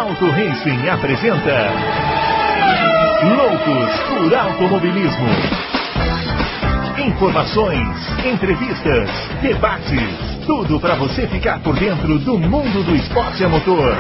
Auto Racing apresenta Loucos por Automobilismo. Informações, entrevistas, debates, tudo para você ficar por dentro do mundo do esporte a motor.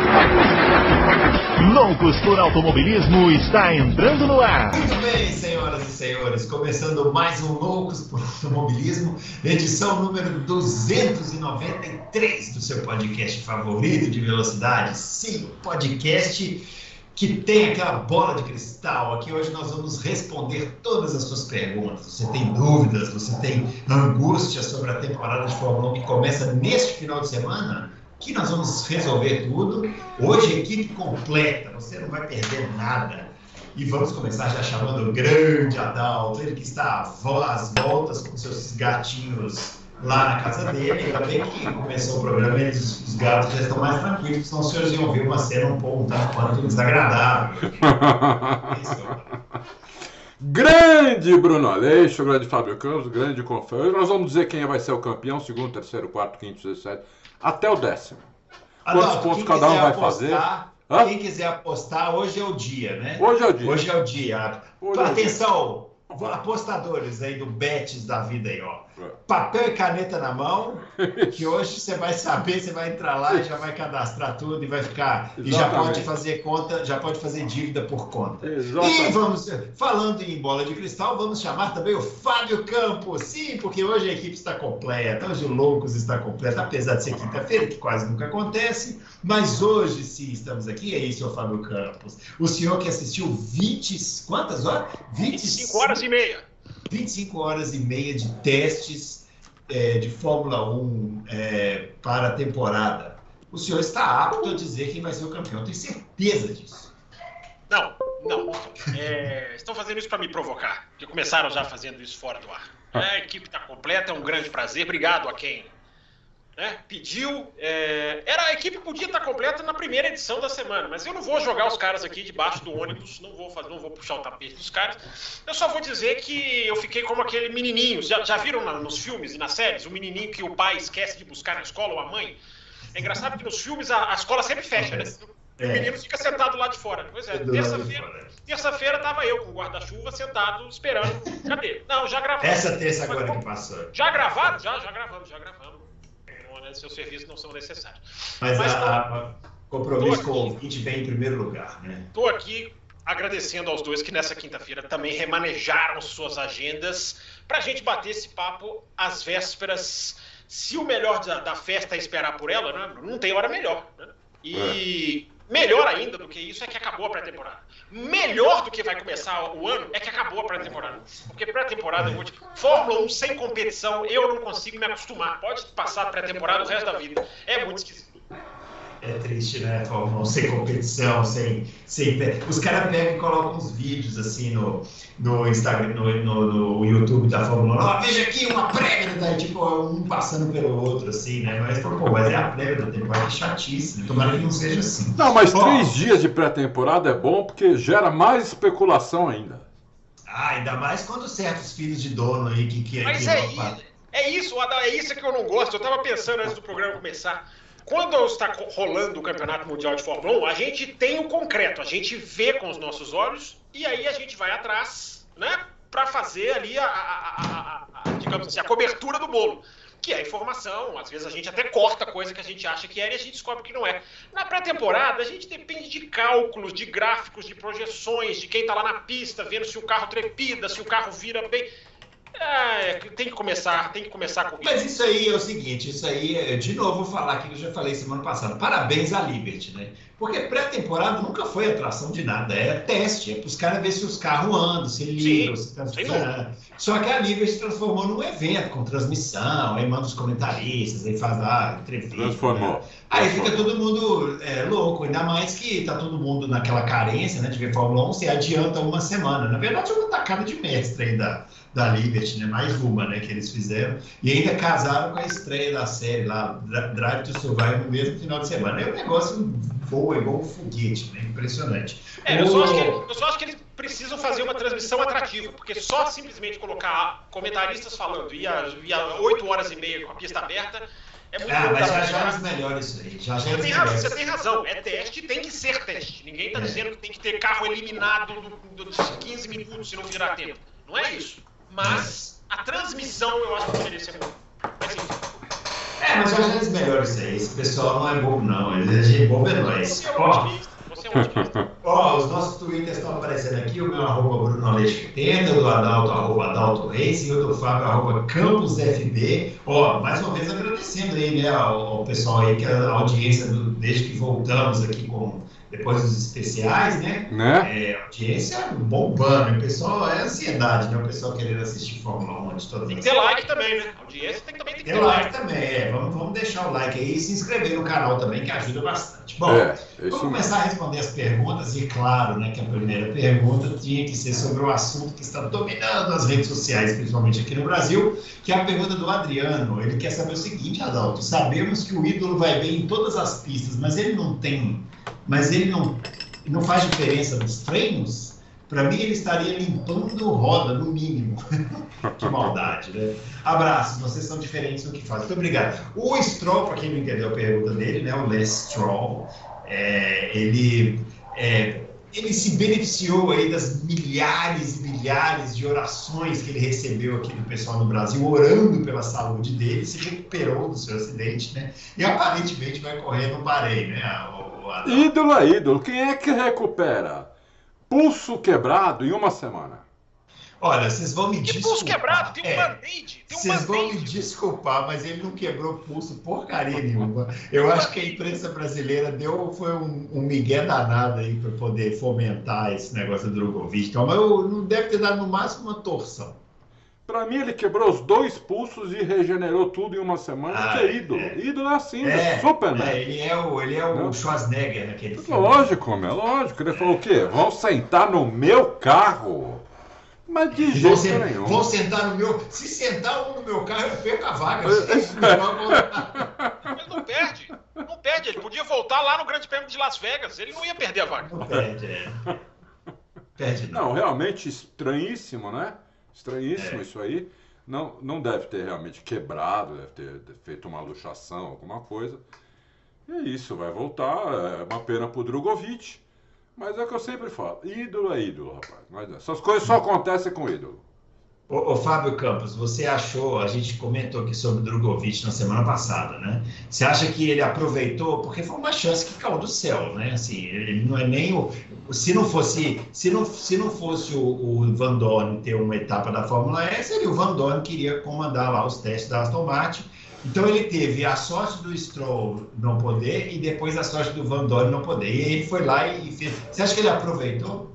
Loucos por Automobilismo está entrando no ar. Muito bem, senhoras e senhores, começando mais um Loucos por Automobilismo, edição número 293 do seu podcast favorito de velocidade. Sim, podcast que tem aquela bola de cristal. Aqui hoje nós vamos responder todas as suas perguntas. Você tem dúvidas, você tem angústia sobre a temporada de Fórmula 1 que começa neste final de semana? Que nós vamos resolver tudo. Hoje, equipe completa, você não vai perder nada. E vamos começar já chamando o grande Adalto, ele que está às voltas com seus gatinhos lá na casa dele. Ainda bem que começou o programa e os gatos já estão mais tranquilos, senão os senhores iam ver uma cena um pouco tanto quanto desagradável. Grande Bruno Aleixo, grande Fábio Campos, grande Confere. Nós vamos dizer quem vai ser o campeão, segundo, terceiro, quarto, quinto, 17, até o 10º. Quantos pontos cada um vai fazer? Quem quiser apostar, hoje é o dia, né? Hoje é o dia. Hoje é o dia. Atenção, apostadores aí do Betis da vida aí, ó. Papel e caneta na mão, que hoje você vai saber, você vai entrar lá e já vai cadastrar tudo e vai ficar. Exatamente. E já pode fazer conta, já pode fazer dívida por conta. Exatamente. E vamos, falando em bola de cristal, vamos chamar também o Fábio Campos. Sim, porque hoje a equipe está completa, hoje o Loucos está completo, apesar de ser quinta-feira, que quase nunca acontece, mas hoje sim estamos aqui. É isso, Fábio Campos. O senhor que assistiu 20, quantas horas? 25 horas e meia. 25 horas e meia de testes de Fórmula 1 para a temporada. O senhor está apto a dizer quem vai ser o campeão, tenho certeza disso. Não. Estão fazendo isso para me provocar, porque começaram já fazendo isso fora do ar. A equipe está completa, é um grande prazer, obrigado a quem pediu. A equipe podia estar completa na primeira edição da semana, mas eu não vou jogar os caras aqui debaixo do ônibus, não vou puxar o tapete dos caras. Eu só vou dizer que eu fiquei como aquele menininho. Já viram nos filmes e nas séries o menininho que o pai esquece de buscar na escola ou a mãe? É engraçado que nos filmes a escola sempre fecha, né? O menino fica sentado lá de fora. Pois é, terça-feira estava eu com o guarda-chuva sentado esperando. Cadê? Não, já gravamos. Essa terça agora que passou. Já gravaram? Já gravamos. Seus serviços não são necessários. Mas compromisso com o ouvinte vem em primeiro lugar, né? Estou aqui agradecendo aos dois que nessa quinta-feira também remanejaram suas agendas para a gente bater esse papo às vésperas. Se o melhor da festa é esperar por ela, né? Não tem hora melhor. Né? E melhor ainda do que isso é que acabou a pré-temporada. Melhor do que vai começar o ano é que acabou a pré-temporada. Porque pré-temporada, Fórmula 1 sem competição, eu não consigo me acostumar. Pode passar a pré-temporada o resto da vida. É muito esquisito. É triste, né? Fórmula 1 sem competição, sem... Os caras pegam e colocam uns vídeos assim no Instagram, no YouTube da Fórmula 1. Veja aqui uma prévia, né? Tipo, um passando pelo outro, assim, né? Mas é a prévia da temporada, que chatice, né? Tomara que não seja assim. Não, mas 3 dias de pré-temporada é bom porque gera mais especulação ainda. Ainda mais quando certos filhos de dono aí que mas é isso, Adão, é isso que eu não gosto. Eu tava pensando antes do programa começar. Quando está rolando o Campeonato Mundial de Fórmula 1, a gente tem o concreto, a gente vê com os nossos olhos e aí a gente vai atrás, né, para fazer ali digamos assim, a cobertura do bolo, que é a informação. Às vezes a gente até corta coisa que a gente acha que é e a gente descobre que não é. Na pré-temporada, a gente depende de cálculos, de gráficos, de projeções, de quem está lá na pista, vendo se o carro trepida, se o carro vira bem... tem que começar com isso. Mas isso aí é o seguinte, de novo vou falar aqui que eu já falei semana passada, parabéns à Liberty, né? Porque pré-temporada nunca foi atração de nada, era teste, para os caras ver se os carros andam, se ligam, se transformam. Só que a Liberty se transformou num evento com transmissão, aí manda os comentaristas, aí faz a entrevista. Transformou. Né? Aí fica todo mundo louco, ainda mais que tá todo mundo naquela carência, né, de ver Fórmula 1, você adianta uma semana. Na verdade, é uma tacada de mestre aí da Liberty, né? Mais uma, né, que eles fizeram. E ainda casaram com a estreia da série lá, Drive to Survive, no mesmo final de semana. Aí o negócio voa igual um foguete, né? Impressionante. Eu só acho que eles precisam fazer uma transmissão atrativa, porque só simplesmente colocar comentaristas falando e 8 horas e meia com a pista aberta É muito mas já é melhor isso aí. Você tem razão. É teste, tem que ser teste. Ninguém está dizendo que tem que ter carro eliminado dos 15 minutos se não virar tempo. Não é isso. Mas a transmissão eu acho que poderia ser muito. Mas já é melhor isso aí. Esse pessoal não é bobo, não. Ele é bobo, é nós. Você é um otimista. Os nossos twitters estão aparecendo aqui. O meu @Bruno Aleixo 80, o do Adalto, @Adalto Reis, e o do Fábio, @CampusFB. Mais uma vez agradecendo aí, né, ao pessoal aí, que a audiência, desde que voltamos aqui depois dos especiais, né? A audiência bombando. O pessoal, é ansiedade, né? O pessoal querendo assistir Fórmula 1 de todas as... Tem que ter like também, né? A audiência também tem que ter like também, Vamos deixar o like aí e se inscrever no canal também, que ajuda bastante. Bom, vamos começar a responder as perguntas. E claro, né, que a primeira pergunta tinha que ser sobre o assunto que está dominando as redes sociais, principalmente aqui no Brasil, que é a pergunta do Adriano. Ele quer saber o seguinte, Adalto: sabemos que o ídolo vai bem em todas as pistas, mas ele não faz diferença nos treinos? Para mim, ele estaria limpando roda, no mínimo. Que maldade, né? Abraços, vocês são diferentes no que fazem. Muito obrigado. O Stroll, para quem não entendeu a pergunta dele, né? O Lance Stroll, ele se beneficiou aí das milhares e milhares de orações que ele recebeu aqui do pessoal no Brasil, orando pela saúde dele, se recuperou do seu acidente, né? E aparentemente vai correr no Bahrein, né? Ídolo é ídolo. Quem é que recupera pulso quebrado em uma semana? Olha, vocês vão me desculpar. Pulso quebrado, tem um band-aid. Vocês vão me desculpar, mas ele não quebrou pulso porcaria nenhuma. Eu acho que a imprensa brasileira foi um migué danado aí para poder fomentar esse negócio do Drogovic. Então, mas não deve ter dado no máximo uma torção. Para mim, ele quebrou os 2 pulsos e regenerou tudo em uma semana, que é ídolo. Ídolo é assim, Superman. Ele é o Schwarzenegger naquele filme. Lógico. Ele falou o quê? Vão sentar no meu carro? Mas de jeito nenhum. Vão sentar no meu... Se sentar um no meu carro, eu perco a vaga. Ele não perde. Não perde. Ele podia voltar lá no Grande Prêmio de Las Vegas. Ele não ia perder a vaga. Não perde, Perde não. Não, realmente estranhíssimo, né? Estranhíssimo isso aí. Não deve ter realmente quebrado, deve ter feito uma luxação, alguma coisa. E é isso, vai voltar. É uma pena pro Drogovic. Mas é o que eu sempre falo. Ídolo é ídolo, rapaz. Mas essas coisas só acontecem com ídolo. Ô Fábio Campos, você achou, a gente comentou aqui sobre o Drogovic na semana passada, né? Você acha que ele aproveitou? Porque foi uma chance que caiu do céu, né? Assim, ele não é nem o... Se não fosse o Van Dorn ter uma etapa da Fórmula E, seria o Van Dorn que iria comandar lá os testes da Aston Martin. Então ele teve a sorte do Stroll não poder e depois a sorte do Van Dorn não poder. E ele foi lá e fez... Você acha que ele aproveitou?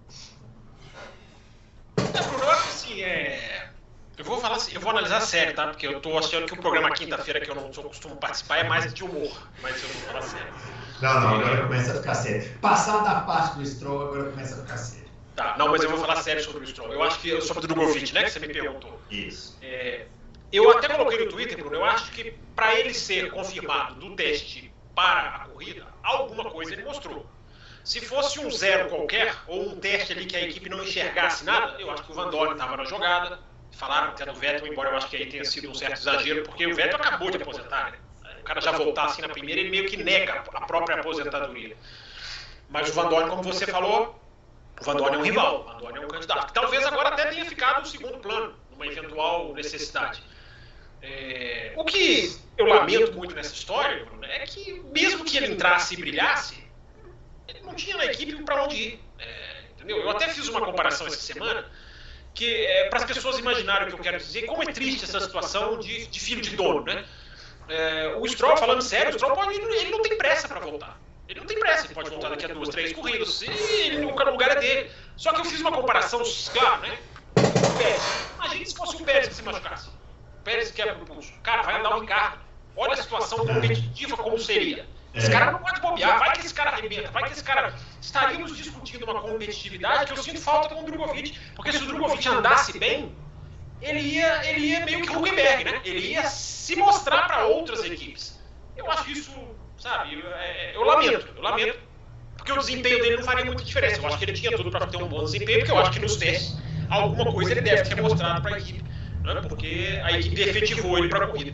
Eu vou falar assim, eu vou analisar sério, tá? Porque eu tô achando que o programa quinta-feira, que eu não costumo participar, é mais de humor. Mas eu vou falar sério. Não, agora começa a ficar sério. Passado da parte do Stroll, agora começa a ficar sério. Tá, não, mas eu vou falar sério sobre o Stroll. Eu acho que sobre o Drogovic, né, que você me perguntou. Isso. Eu até coloquei no Twitter, Bruno, eu acho que para ele ser confirmado do teste para a corrida, alguma coisa ele mostrou. Se fosse um zero qualquer, ou um teste ali que a equipe não enxergasse nada, eu acho que o Van Dorn estava na jogada. Falaram até do Vettel, embora eu acho que aí tenha sido um certo exagero, porque o Vettel acabou de aposentar, né? O cara já voltar assim na primeira, ele meio que nega a própria aposentadoria. Mas o Van Dorn, como você falou, o Van Dorn é um rival, o Van Dorn é um candidato, que talvez agora até tenha ficado no segundo plano, numa eventual necessidade. O que eu lamento muito nessa história, Bruno, é que mesmo que ele entrasse e brilhasse, ele não tinha na equipe para onde ir. Entendeu? Eu até fiz uma comparação essa semana, que para as pessoas imaginarem o que eu quero dizer, como é triste essa situação de filho de dono, né? O Stroll, falando sério, o Stroll ele não tem pressa para voltar. Ele não tem pressa, ele pode voltar daqui a 2, 3 corridas, e o lugar é dele. Só que eu fiz uma comparação, claro, né? O Pérez. Imagina se fosse o Pérez que se machucasse. O Pérez quebra o pulso. Cara, vai andar o Ricardo. Olha a situação competitiva como seria. Esse cara não pode bobear, vai que esse cara arrebenta, vai que esse cara... Estaríamos discutindo uma competitividade que eu sinto falta com o Drogovic, porque se o Drogovic andasse bem, ele ia meio que Huckenberg, né? Ele ia se mostrar para outras equipes. Eu acho isso, sabe, eu lamento, porque o desempenho dele não faria muita diferença. Eu acho que ele tinha tudo para ter um bom desempenho, porque eu acho que nos testes alguma coisa ele deve ter mostrado para a equipe, né? Porque a equipe efetivou ele para a corrida.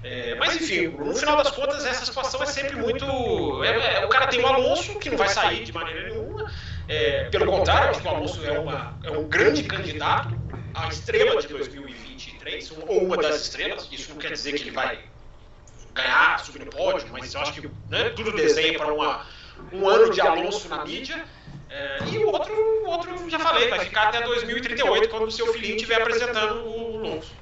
Mas enfim, no final das contas, essa situação é sempre muito... o cara tem o Alonso, que não vai sair de maneira nenhuma. Pelo contrário, eu acho que o Alonso é um grande candidato à estrela de 2023, ou uma das estrelas. Isso não quer dizer que ele vai ganhar, subir no pódio, mas eu acho que, né, tudo desenha para um ano de Alonso na mídia. E o outro, já falei, vai ficar até 2038, quando o seu filhinho estiver apresentando o Alonso.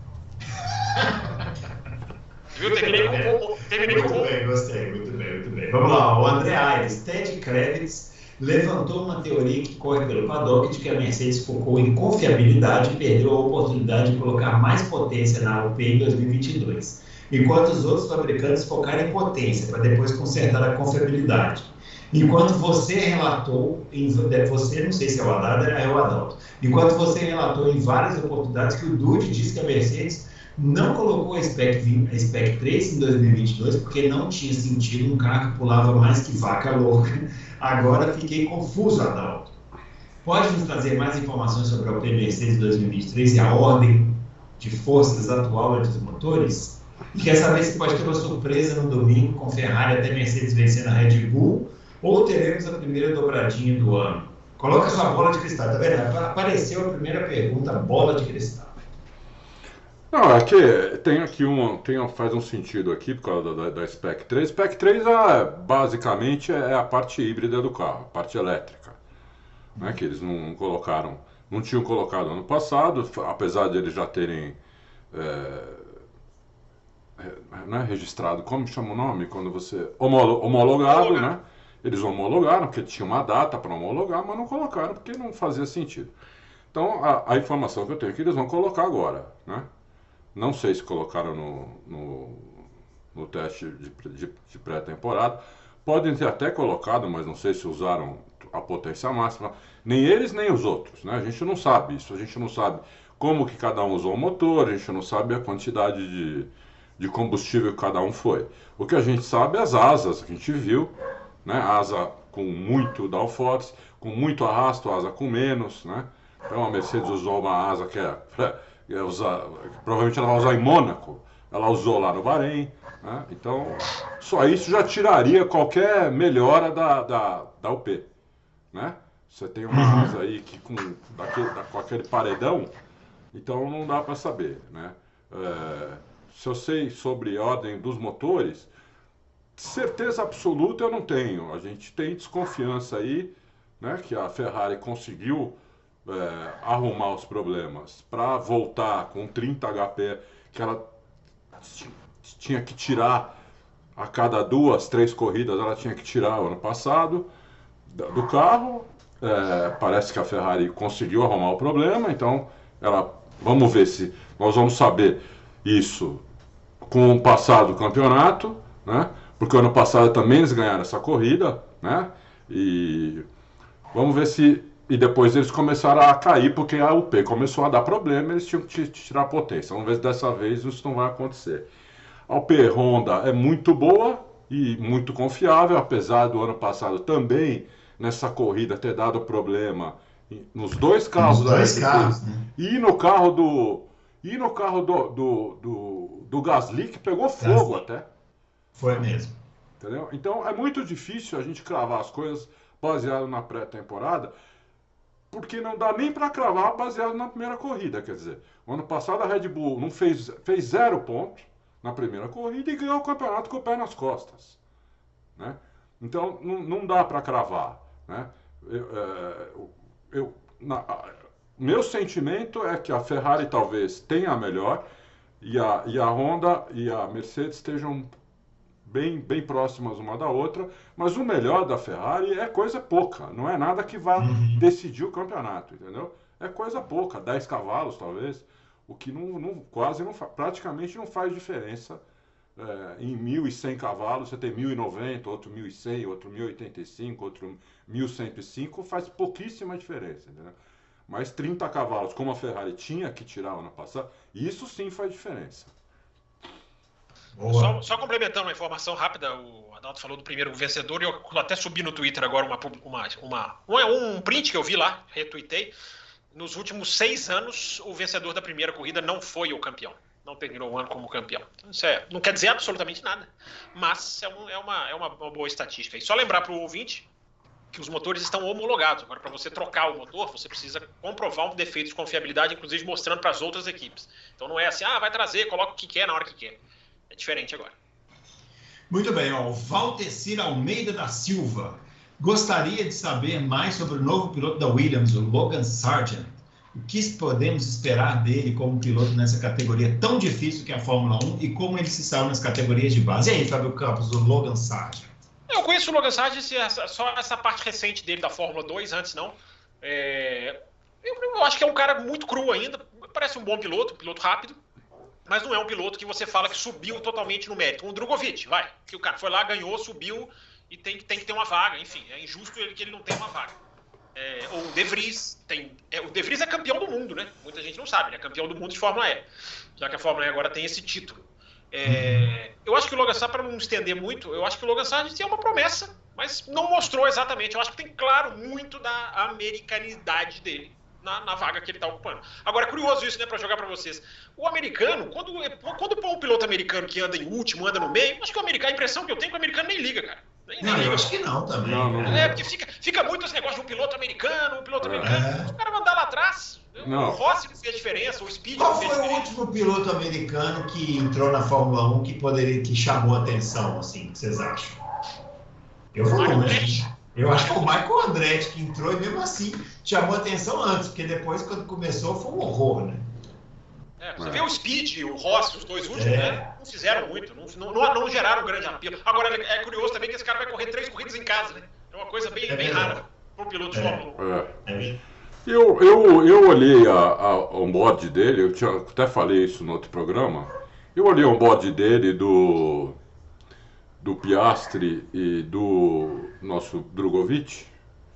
Viu? Terminei com... Muito bem, gostei, muito bem. Vamos lá, o André Aires, Ted Kravitz levantou uma teoria que corre pelo paddock de que a Mercedes focou em confiabilidade e perdeu a oportunidade de colocar mais potência na AlP em 2022, enquanto os outros fabricantes focaram em potência para depois consertar a confiabilidade. Enquanto você relatou, você, não sei se é o Haddad, é o Adalto, enquanto você relatou em várias oportunidades que o Dude disse que a Mercedes não colocou a Spec 3 em 2022 porque não tinha sentido um carro que pulava mais que vaca louca. Agora fiquei confuso, Adalto. Pode nos trazer mais informações sobre a AlP Mercedes 2023 e a ordem de forças atual dos motores? E quer saber se pode ter uma surpresa no domingo com Ferrari até Mercedes vencendo a Red Bull ou teremos a primeira dobradinha do ano? Coloca sua bola de cristal, tá vendo? Apareceu a primeira pergunta, bola de cristal. Não, é que tem aqui faz um sentido aqui por causa da Spec 3. Spec 3 basicamente é a parte híbrida do carro, a parte elétrica, né, que eles não tinham colocado ano passado, apesar de eles já terem registrado, como chama o nome? Quando você... homologado, né? Eles homologaram, porque tinha uma data para homologar, mas não colocaram porque não fazia sentido. Então, a informação que eu tenho é que eles vão colocar agora, né? Não sei se colocaram no teste de pré-temporada. Podem ter até colocado, mas não sei se usaram a potência máxima. Nem eles, nem os outros, né? A gente não sabe isso. A gente não sabe como que cada um usou o motor, a gente não sabe a quantidade de combustível que cada um foi. O que a gente sabe é as asas que a gente viu, né? Asa com muito downforce, com muito arrasto, asa com menos, né? Então a Mercedes usou uma asa que provavelmente ela vai usar em Mônaco, ela usou lá no Bahrein, né? Então só isso já tiraria qualquer melhora da UP, né? Você tem uma asa aí que com aquele paredão, então não dá para saber, né? Se eu sei sobre a ordem dos motores, certeza absoluta eu não tenho. A gente tem desconfiança aí, né, que a Ferrari conseguiu arrumar os problemas para voltar com 30 HP que ela tinha que tirar a cada 2, 3 corridas, ela tinha que tirar o ano passado do carro. Parece que a Ferrari conseguiu arrumar o problema, então vamos ver se nós vamos saber isso com o passado do campeonato, né? Porque o ano passado também eles ganharam essa corrida, né? E vamos ver se... E depois eles começaram a cair, porque a UP começou a dar problema, eles tinham que tirar a potência. Vamos ver se dessa vez isso não vai acontecer. A UP Honda é muito boa e muito confiável, apesar do ano passado também, nessa corrida, ter dado problema nos dois carros. Nos dois carros, né? E no carro do Gasly, que pegou fogo até. Foi mesmo. Entendeu? Então é muito difícil a gente cravar as coisas baseado na pré-temporada, porque não dá nem para cravar baseado na primeira corrida. Quer dizer, o ano passado a Red Bull não fez 0 pontos na primeira corrida e ganhou o campeonato com o pé nas costas, né? Então não dá para cravar, né? Meu sentimento é que a Ferrari talvez tenha a melhor e a Honda e a Mercedes estejam bem próximas uma da outra, mas o melhor da Ferrari é coisa pouca, não é nada que vá decidir o campeonato, entendeu? É coisa pouca, 10 cavalos talvez, o que praticamente não faz diferença. Em 1.100 cavalos, você tem 1.090, outro 1.100, outro 1.085, outro 1.105, faz pouquíssima diferença, entendeu? Mas 30 cavalos, como a Ferrari tinha que tirar o ano passado, isso sim faz diferença. Só complementando uma informação rápida, o Adalto falou do primeiro vencedor, e eu até subi no Twitter agora um print que eu vi lá, retuitei. Nos últimos 6 anos, o vencedor da primeira corrida não foi o campeão. não terminou o ano como campeão. Então, isso não quer dizer absolutamente nada, mas é uma boa estatística. E só lembrar para o ouvinte que os motores estão homologados. Agora, para você trocar o motor, você precisa comprovar um defeito de confiabilidade, inclusive mostrando para as outras equipes. Então não é assim, vai trazer, coloca o que quer na hora que quer. É diferente agora. Muito bem, o Valtecir Almeida da Silva. Gostaria de saber mais sobre o novo piloto da Williams, o Logan Sargent. O que podemos esperar dele como piloto nessa categoria tão difícil que é a Fórmula 1 e como ele se saiu nas categorias de base? E aí, Fábio Campos, o Logan Sargent? Eu conheço o Logan Sargent, só essa parte recente dele da Fórmula 2, antes não. Eu acho que é um cara muito cru ainda, parece um bom piloto, um piloto rápido, mas não é um piloto que você fala que subiu totalmente no mérito. Um Drogovic, que o cara foi lá, ganhou, subiu e tem que ter uma vaga. Enfim, é injusto que ele não tenha uma vaga. Ou o De Vries, o De Vries é campeão do mundo, né? Muita gente não sabe, ele é campeão do mundo de Fórmula E, já que a Fórmula E agora tem esse título. Eu acho que o Logan Sargent, para não estender muito, eu acho que o Logan Sargent é uma promessa, mas não mostrou exatamente. Eu acho que tem claro muito da americanidade dele na vaga que ele está ocupando. Agora, é curioso isso, né, para jogar para vocês. O americano, quando põe um piloto americano que anda em último, anda no meio, acho que a impressão que eu tenho é que o americano nem liga, cara. Eu acho que não também. Porque fica muito esse negócio de um piloto americano. O cara vai andar lá atrás. O Rossi não fez diferença, o Speed Qual não fez foi diferença. o último piloto americano que entrou na Fórmula 1 que chamou a atenção, assim, que vocês acham? Eu vou longe. Eu acho que o Michael Andretti que entrou e mesmo assim chamou a atenção antes, porque depois, quando começou, foi um horror, né? Você vê o Speed e o Rossi, os dois últimos, né? Não fizeram muito, não geraram um grande apelo. Agora, é curioso também que esse cara vai correr 3 corridas em casa, né? É uma coisa bem rara para um piloto de Fórmula 1. Eu olhei o onboard dele, eu até falei isso no outro programa. Eu olhei o onboard dele do Piastri e do nosso Drogovic.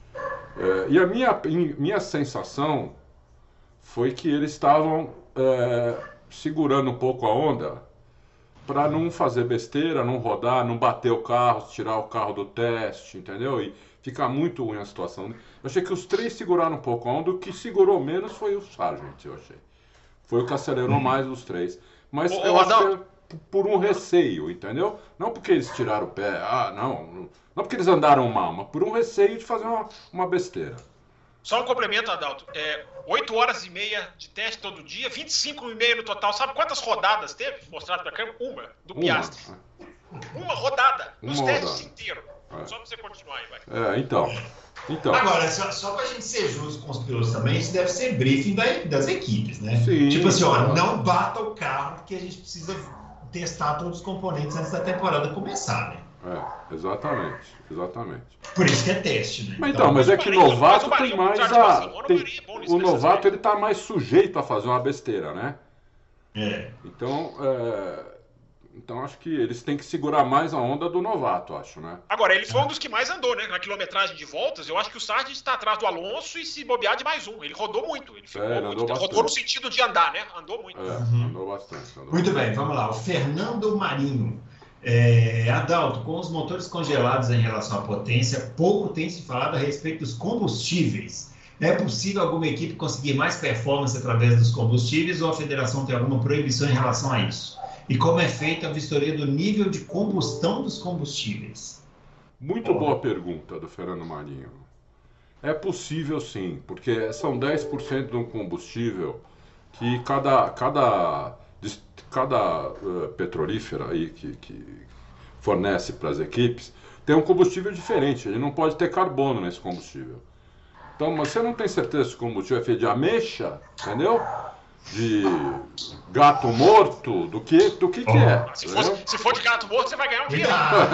E a minha sensação foi que eles estavam segurando um pouco a onda para não fazer besteira, não rodar, não bater o carro, tirar o carro do teste, entendeu? E ficar muito ruim a situação. Eu achei que os três seguraram um pouco a onda. O que segurou menos foi o Sargent, eu achei. Foi o que acelerou mais os três. Mas eu acho que é por um receio, entendeu? Não porque eles tiraram o pé, não porque eles andaram mal, mas por um receio de fazer uma besteira. Só um complemento, Adalto. 8 horas e meia de teste todo dia, 25,5 no total. Sabe quantas rodadas teve? Mostrado pra câmera? Uma, do Piastri. Uma rodada, nos testes inteiros. Só pra você continuar aí, vai. Então. Agora, só pra gente ser justo com os pilotos também, isso deve ser briefing das equipes, né? Sim, tipo assim, não bata o carro, porque a gente precisa testar todos os componentes antes da temporada começar, né? Exatamente. Por isso que é teste, né? Mas é que o novato tem mais o novato, ele tá mais sujeito a fazer uma besteira, né? Então acho que eles têm que segurar mais a onda do novato, acho, né? Agora, ele foi um dos que mais andou, né? Na quilometragem de voltas, eu acho que o Sargent está atrás do Alonso e se bobear de mais um. Ele rodou muito, ele rodou no sentido de andar, né? Andou muito. Andou bastante. Muito bem, vamos lá. O Fernando Marinho. Adalto, com os motores congelados em relação à potência, pouco tem se falado a respeito dos combustíveis. É possível alguma equipe conseguir mais performance através dos combustíveis ou a federação tem alguma proibição em relação a isso? E como é feita a vistoria do nível de combustão dos combustíveis? Muito boa pergunta do Fernando Marinho. É possível sim, porque são 10% de um combustível que cada petrolífera aí que fornece para as equipes tem um combustível diferente, ele não pode ter carbono nesse combustível. Então, mas você não tem certeza se o combustível é feito de ameixa, entendeu? De gato morto, do que é. Se for de gato morto, você vai ganhar um dinheiro.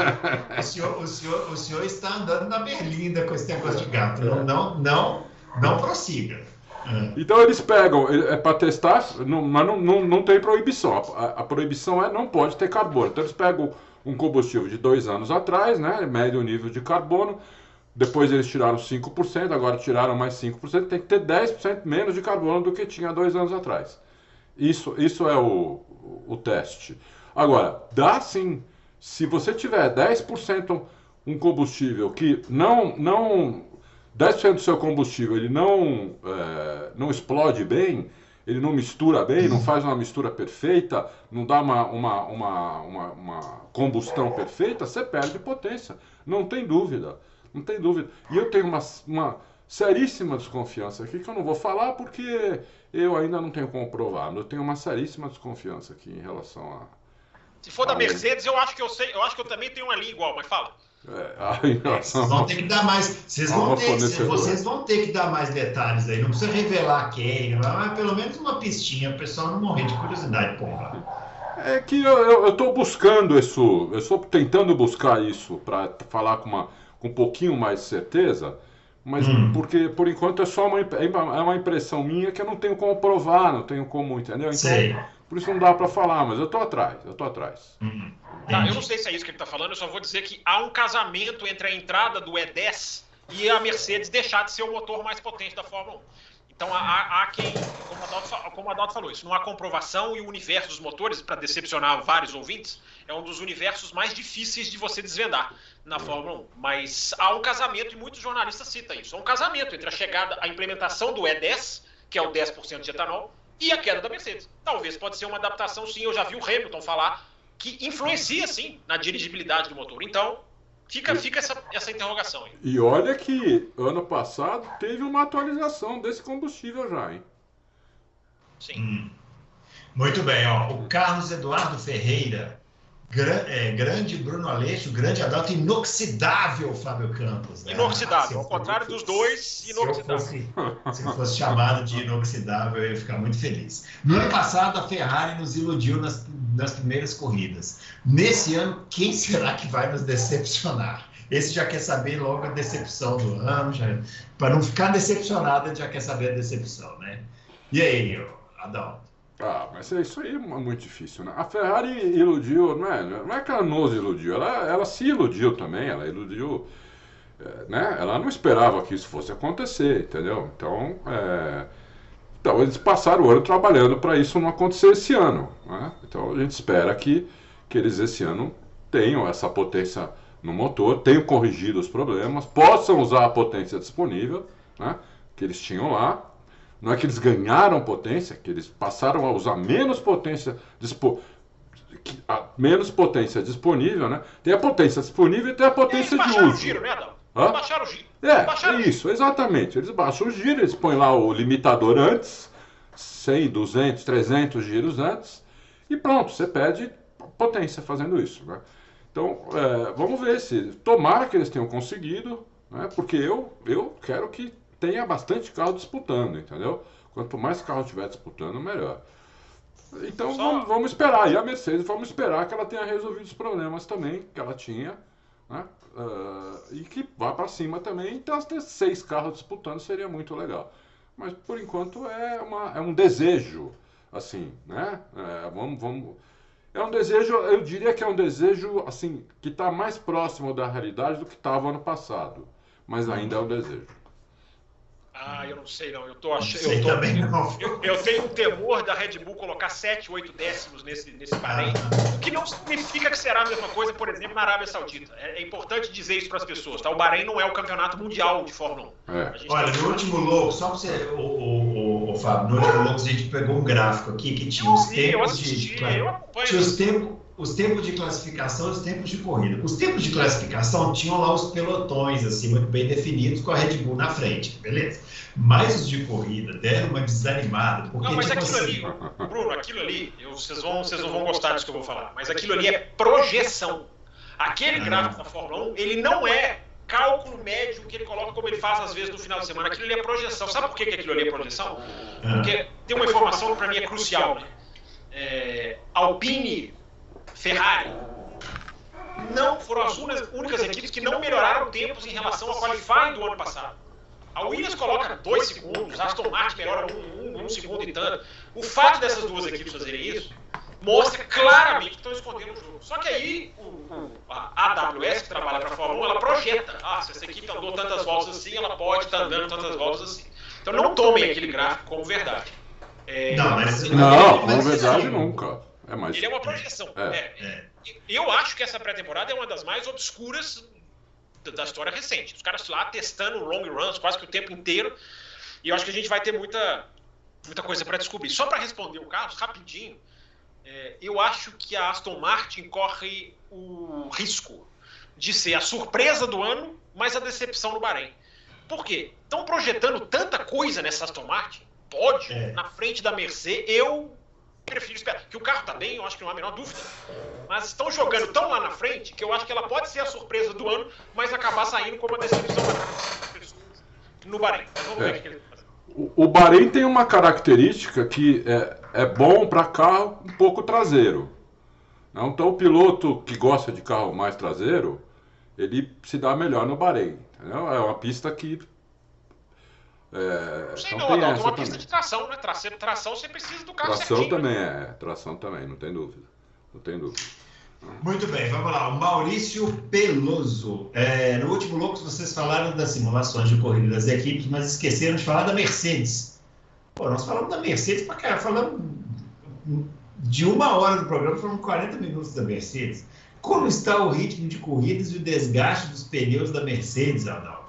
O senhor está andando na berlinda com esse negócio de gato. Não prossiga. Então eles pegam, para testar, mas não tem proibição. A proibição não pode ter carbono. Então eles pegam um combustível de 2 anos atrás, né, mede o nível de carbono, depois eles tiraram 5%, agora tiraram mais 5%, tem que ter 10% menos de carbono do que tinha 2 anos atrás. Isso é o teste. Agora, dá sim, se você tiver 10% um combustível que 10% do seu combustível ele não explode bem, ele não mistura bem, não faz uma mistura perfeita, não dá uma combustão perfeita, você perde potência. Não tem dúvida. Não tem dúvida. E eu tenho uma seríssima desconfiança aqui, que eu não vou falar porque eu ainda não tenho como provar. Eu tenho uma seríssima desconfiança aqui em relação a... Se for da Mercedes, eu acho que eu sei, eu acho que eu também tenho uma linha igual, mas fala. Vocês vão ter que dar mais. Vocês vão ter que dar mais detalhes aí. Não precisa revelar quem, mas pelo menos uma pistinha, o pessoal não morrer de curiosidade, porra. É que eu estou buscando isso, eu estou tentando buscar isso para falar com um pouquinho mais de certeza, mas porque por enquanto é só uma impressão minha que eu não tenho como provar, não tenho como, entendeu? Então, sei. Por isso não dá para falar, mas eu tô atrás. Tá, eu não sei se é isso que ele está falando, eu só vou dizer que há um casamento entre a entrada do E10 e a Mercedes deixar de ser o motor mais potente da Fórmula 1. Então há quem, como o Adalto falou, isso não há comprovação, e o universo dos motores, para decepcionar vários ouvintes, é um dos universos mais difíceis de você desvendar na Fórmula 1. Mas há um casamento, e muitos jornalistas citam isso, há um casamento entre a implementação do E10, que é o 10% de etanol, e a queda da Mercedes. Talvez pode ser uma adaptação, sim, eu já vi o Hamilton falar, que influencia, sim, na dirigibilidade do motor. Então, fica essa interrogação aí. E olha que ano passado teve uma atualização desse combustível já, hein? Sim. Muito bem, ó. O Carlos Eduardo Ferreira, grande Bruno Aleixo, grande inoxidável Fábio Campos. Né? Inoxidável, ao contrário dos dois, inoxidável. Se eu fosse chamado de inoxidável, eu ia ficar muito feliz. No ano passado, a Ferrari nos iludiu nas primeiras corridas. Nesse ano, quem será que vai nos decepcionar? Esse já quer saber logo a decepção do ano, para não ficar decepcionado, ele já quer saber a decepção, né? E aí, Adalto? Mas isso aí é muito difícil, né? A Ferrari iludiu, não é que ela nos iludiu, ela se iludiu também, ela iludiu, né? Ela não esperava que isso fosse acontecer, entendeu? Então eles passaram o ano trabalhando para isso não acontecer esse ano, né? Então a gente espera que eles esse ano tenham essa potência no motor, tenham corrigido os problemas, possam usar a potência disponível, né? Que eles tinham lá. Não é que eles ganharam potência, que eles passaram a usar menos potência disponível, né? Tem a potência disponível e tem a potência de uso. Baixaram o giro, né, Adão? Baixaram o giro. Isso, exatamente. Eles baixam o giro, eles põem lá o limitador antes, 100, 200, 300 giros antes, e pronto, você perde potência fazendo isso, né? Então, vamos ver se... Tomara que eles tenham conseguido, né? Porque eu quero que tenha bastante carro disputando, entendeu? Quanto mais carro tiver disputando, melhor. Então vamos esperar. E a Mercedes, vamos esperar que ela tenha resolvido os problemas também que ela tinha, né? E que vá para cima também. Então, ter 6 carros disputando seria muito legal. Mas por enquanto é um desejo, assim, né? É um desejo, eu diria que é um desejo assim que está mais próximo da realidade do que estava ano passado, mas ainda é um desejo. Eu não sei não, eu tenho um temor da Red Bull colocar 7, 8 décimos nesse Bahrein, o que não significa que será a mesma coisa, por exemplo, na Arábia Saudita. É importante dizer isso para as pessoas, tá? O Bahrein não é o campeonato mundial de Fórmula 1. Olha, no último logo, só para você, Fábio, no último logo a gente pegou um gráfico aqui que tinha os tempos os tempos de classificação e os tempos de corrida. Os tempos de classificação tinham lá os pelotões, assim, muito bem definidos, com a Red Bull na frente, beleza? Mas os de corrida deram uma desanimada. Porque, não, mas aquilo ali, Bruno, aquilo ali, vocês não vão gostar disso que eu vou falar, mas aquilo ali é projeção. Aquele gráfico da Fórmula 1, ele não é cálculo médio que ele coloca como ele faz às vezes no final de semana. Aquilo ali é projeção. Sabe por que aquilo ali é projeção? Porque tem uma informação que para mim é crucial, né? Alpine, Ferrari não foram as únicas equipes que não melhoraram tempos em relação ao qualifying do ano passado. A Williams coloca 2 segundos, a Aston Martin melhora 1 segundo e tanto. O fato dessas duas equipes fazerem isso mostra claramente que estão escondendo o jogo. Só que aí a AWS, que trabalha para a Fórmula 1, ela projeta. Se essa equipe andou tantas voltas assim, ela pode estar andando tantas voltas assim. Então não tomem aquele gráfico como verdade. Não, verdade nunca. Ele é uma projeção. Eu acho que essa pré-temporada é uma das mais obscuras da história recente. Os caras lá testando long runs quase que o tempo inteiro. E eu acho que a gente vai ter muita Muita coisa para descobrir. Só para responder o Carlos, rapidinho, eu acho que a Aston Martin corre o risco de ser a surpresa do ano, mas a decepção no Bahrein. Por quê? Estão projetando tanta coisa nessa Aston Martin, pódio, na frente da Mercedes, eu prefiro esperar. Que o carro está bem, eu acho que não há a menor dúvida. Mas estão jogando tão lá na frente que eu acho que ela pode ser a surpresa do ano, mas acabar saindo como uma decepção no Bahrein. Vamos ver o que ele vai fazer. O Bahrein tem uma característica que é bom para carro um pouco traseiro. Então o piloto que gosta de carro mais traseiro, ele se dá melhor no Bahrein. Entendeu? É uma pista que... Não, Adalto, é uma pista de tração, né? Tração você precisa do carro certinho. Tração também, não tem dúvida. Muito bem, vamos lá. O Maurício Peloso. No último Loucos vocês falaram das simulações de corrida das equipes, mas esqueceram de falar da Mercedes. Pô, nós falamos da Mercedes pra caramba, falamos de 1 hora do programa, falamos 40 minutos da Mercedes. Como está o ritmo de corridas e o desgaste dos pneus da Mercedes, Adalto?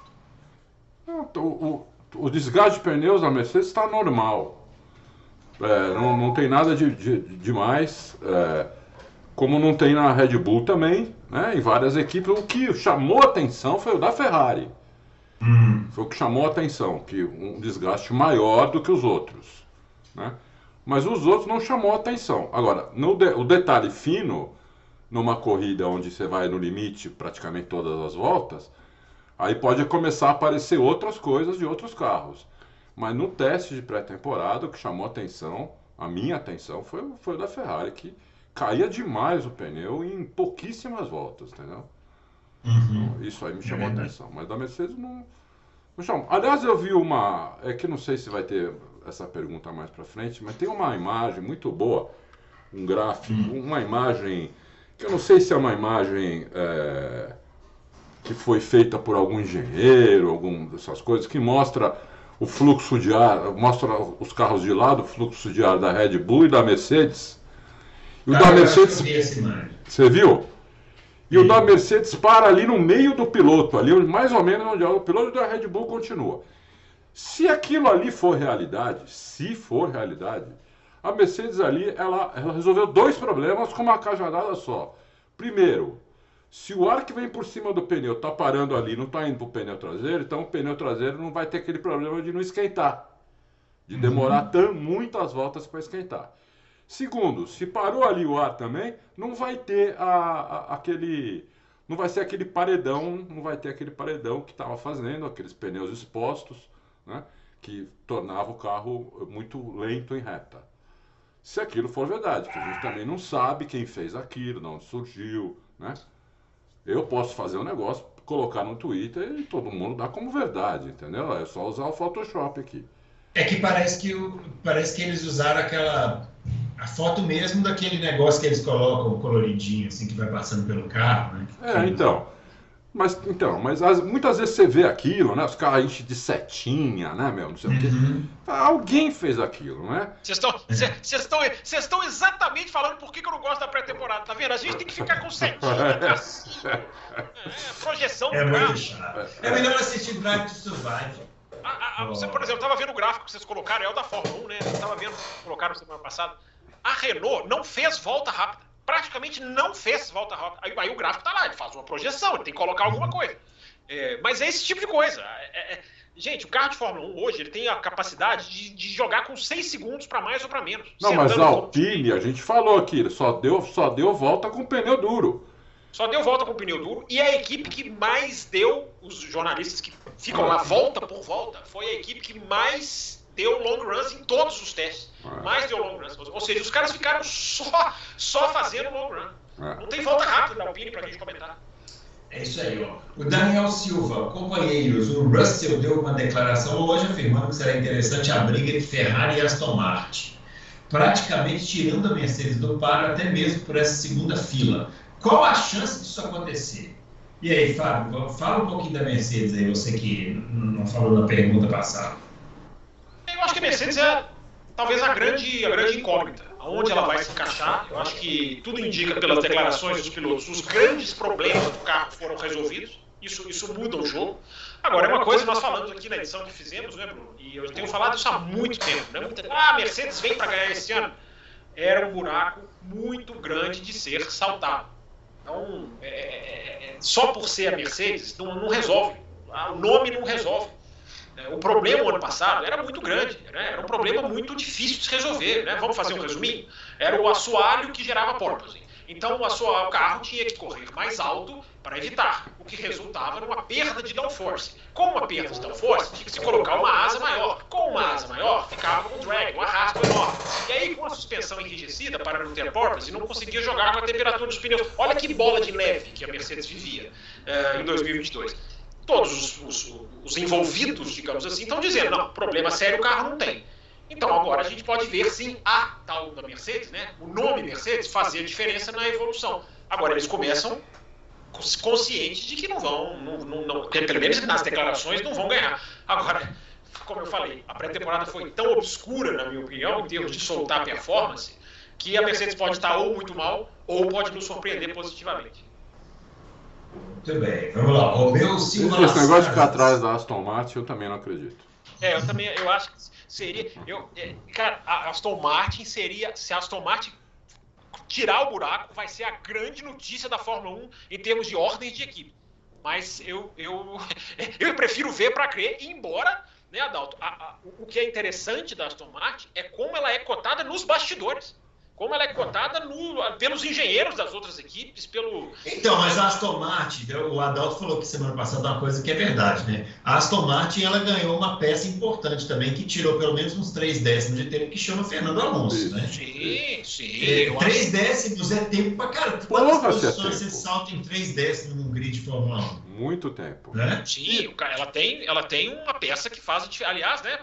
O desgaste de pneus da Mercedes está normal. Não tem nada de demais. Como não tem na Red Bull também, né, em várias equipes. O que chamou a atenção foi o da Ferrari. Foi o que chamou a atenção, que um desgaste maior do que os outros. Né? Mas os outros não chamou a atenção. Agora, o detalhe fino, numa corrida onde você vai no limite praticamente todas as voltas, aí pode começar a aparecer outras coisas de outros carros. Mas no teste de pré-temporada, o que chamou a atenção, a minha atenção, foi o da Ferrari, que caía demais o pneu em pouquíssimas voltas, entendeu? Então, isso aí me chamou a atenção. Mas da Mercedes não chamou. Aliás, eu vi que não sei se vai ter essa pergunta mais pra frente, mas tem uma imagem muito boa, um gráfico, uma imagem, que eu não sei se é uma imagem que foi feita por algum engenheiro, dessas coisas, que mostra o fluxo de ar, mostra os carros de lado, o fluxo de ar da Red Bull e da Mercedes. E o da Mercedes, você viu? E o da Mercedes para ali no meio do piloto, ali mais ou menos onde o piloto da Red Bull continua. Se aquilo ali for realidade, a Mercedes ali, ela resolveu 2 problemas com uma cajadada só. Primeiro, se o ar que vem por cima do pneu está parando ali, não está indo para o pneu traseiro, então o pneu traseiro não vai ter aquele problema de não esquentar, de demorar muitas voltas para esquentar. Segundo, se parou ali o ar também, não vai ter não vai ser aquele paredão, que estava fazendo, aqueles pneus expostos, né, que tornava o carro muito lento em reta. Se aquilo for verdade, que a gente também não sabe quem fez aquilo, de onde surgiu, né? Eu posso fazer um negócio, colocar no Twitter e todo mundo dá como verdade, entendeu? É só usar o Photoshop aqui. É que parece que eles usaram a foto mesmo daquele negócio que eles colocam coloridinho, assim, que vai passando pelo carro, né? Mas muitas vezes você vê aquilo, né? Os carros enchem de setinha, né, meu? Não sei o quê. Alguém fez aquilo, né? Vocês estão exatamente falando por que eu não gosto da pré-temporada, tá vendo? A gente tem que ficar com setinha, tracinho, projeção do carro. Muito chato. É melhor assistir Drive to Survive. Você, por exemplo, estava vendo o gráfico que vocês colocaram, é o da Fórmula 1, né? Eu estava vendo, colocaram semana passada. A Renault não fez volta rápida. Praticamente não fez volta rápida. Aí o gráfico tá lá, ele faz uma projeção, ele tem que colocar alguma coisa. Mas é esse tipo de coisa. Gente, o carro de Fórmula 1 hoje, ele tem a capacidade de jogar com 6 segundos para mais ou para menos. Não, mas a Alpine, a gente falou aqui, só deu volta com pneu duro. Só deu volta com o pneu duro, e a equipe que mais deu, os jornalistas que ficam lá volta por volta, foi a equipe que mais deu long runs em todos os testes. Mais deu long runs. Ou seja, os caras ficaram só fazendo long run. Não tem volta rápida da Alpine pra gente comentar. É isso aí, ó. O Daniel Silva, companheiros, o Russell deu uma declaração hoje afirmando que será interessante a briga entre Ferrari e Aston Martin, praticamente tirando a Mercedes do páreo até mesmo por essa segunda fila. Qual a chance disso acontecer? E aí, Fábio, fala um pouquinho da Mercedes aí, você que não falou na pergunta passada. Eu acho que a Mercedes é talvez a grande incógnita. Aonde ela vai se encaixar? Eu acho que tudo indica pelas declarações dos pilotos, os grandes problemas do carro foram resolvidos. Isso muda o jogo. Agora, é uma coisa que nós falamos aqui na edição que fizemos, né, Bruno? E eu tenho falado isso há muito tempo, né? A Mercedes vem para ganhar esse ano. Era um buraco muito grande de ser saltado. Então, só por ser a Mercedes, não resolve. O nome não resolve. O problema no ano passado era muito grande, né? Era um problema muito difícil de se resolver, né? Vamos fazer um resuminho? Era o assoalho que gerava porpoising. Então o carro tinha que correr mais alto para evitar, o que resultava numa perda de downforce. Com uma perda de downforce, tinha que se colocar uma asa maior. Com uma asa maior, ficava um drag, um arrasto enorme. E aí, com a suspensão enrijecida para não ter porpoising, não conseguia jogar com a temperatura dos pneus. Olha que bola de neve que a Mercedes vivia em 2022. Todos os envolvidos, digamos assim, estão dizendo, não, problema sério o carro não tem. Então agora a gente pode ver sim a tal da Mercedes, né? O nome Mercedes fazia diferença na evolução. Agora eles começam conscientes de que não vão, pelo menos nas declarações, não vão ganhar. Agora, como eu falei, a pré-temporada foi tão obscura, na minha opinião, em termos de soltar a performance, que a Mercedes pode estar ou muito mal, ou pode nos surpreender positivamente. Muito bem, vamos lá. Romeu Silva. Esse negócio de ficar atrás da Aston Martin, eu também não acredito. Eu acho que seria. Cara, a Aston Martin seria. Se a Aston Martin tirar o buraco, vai ser a grande notícia da Fórmula 1 em termos de ordens de equipe. Mas eu prefiro ver para crer, embora, né, Adalto? O que é interessante da Aston Martin é como ela é cotada nos bastidores. Como ela é cotada pelos engenheiros das outras equipes, Então, mas a Aston Martin, o Adalto falou que semana passada uma coisa que é verdade, né? A Aston Martin, ela ganhou uma peça importante também, que tirou pelo menos uns 3 décimos de tempo, que chama Fernando Alonso, né? Sim. 3 décimos é tempo pra cara. Quantas posições você salta em 3 décimos num grid de Fórmula 1? Muito tempo. Né? Sim, ela tem uma peça que faz... Aliás, né?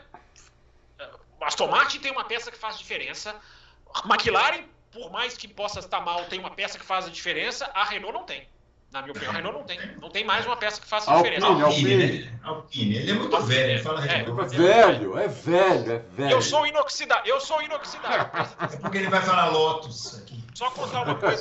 A Aston Martin tem uma peça que faz diferença. A McLaren, por mais que possa estar mal, tem uma peça que faz a diferença. A Renault não tem. Na minha opinião, a Renault não tem. Não tem mais uma peça que faça a diferença. Alpine. Ele é muito velho. Ele fala É velho. Eu sou inoxidável. É porque ele vai falar Lotus aqui. Só contar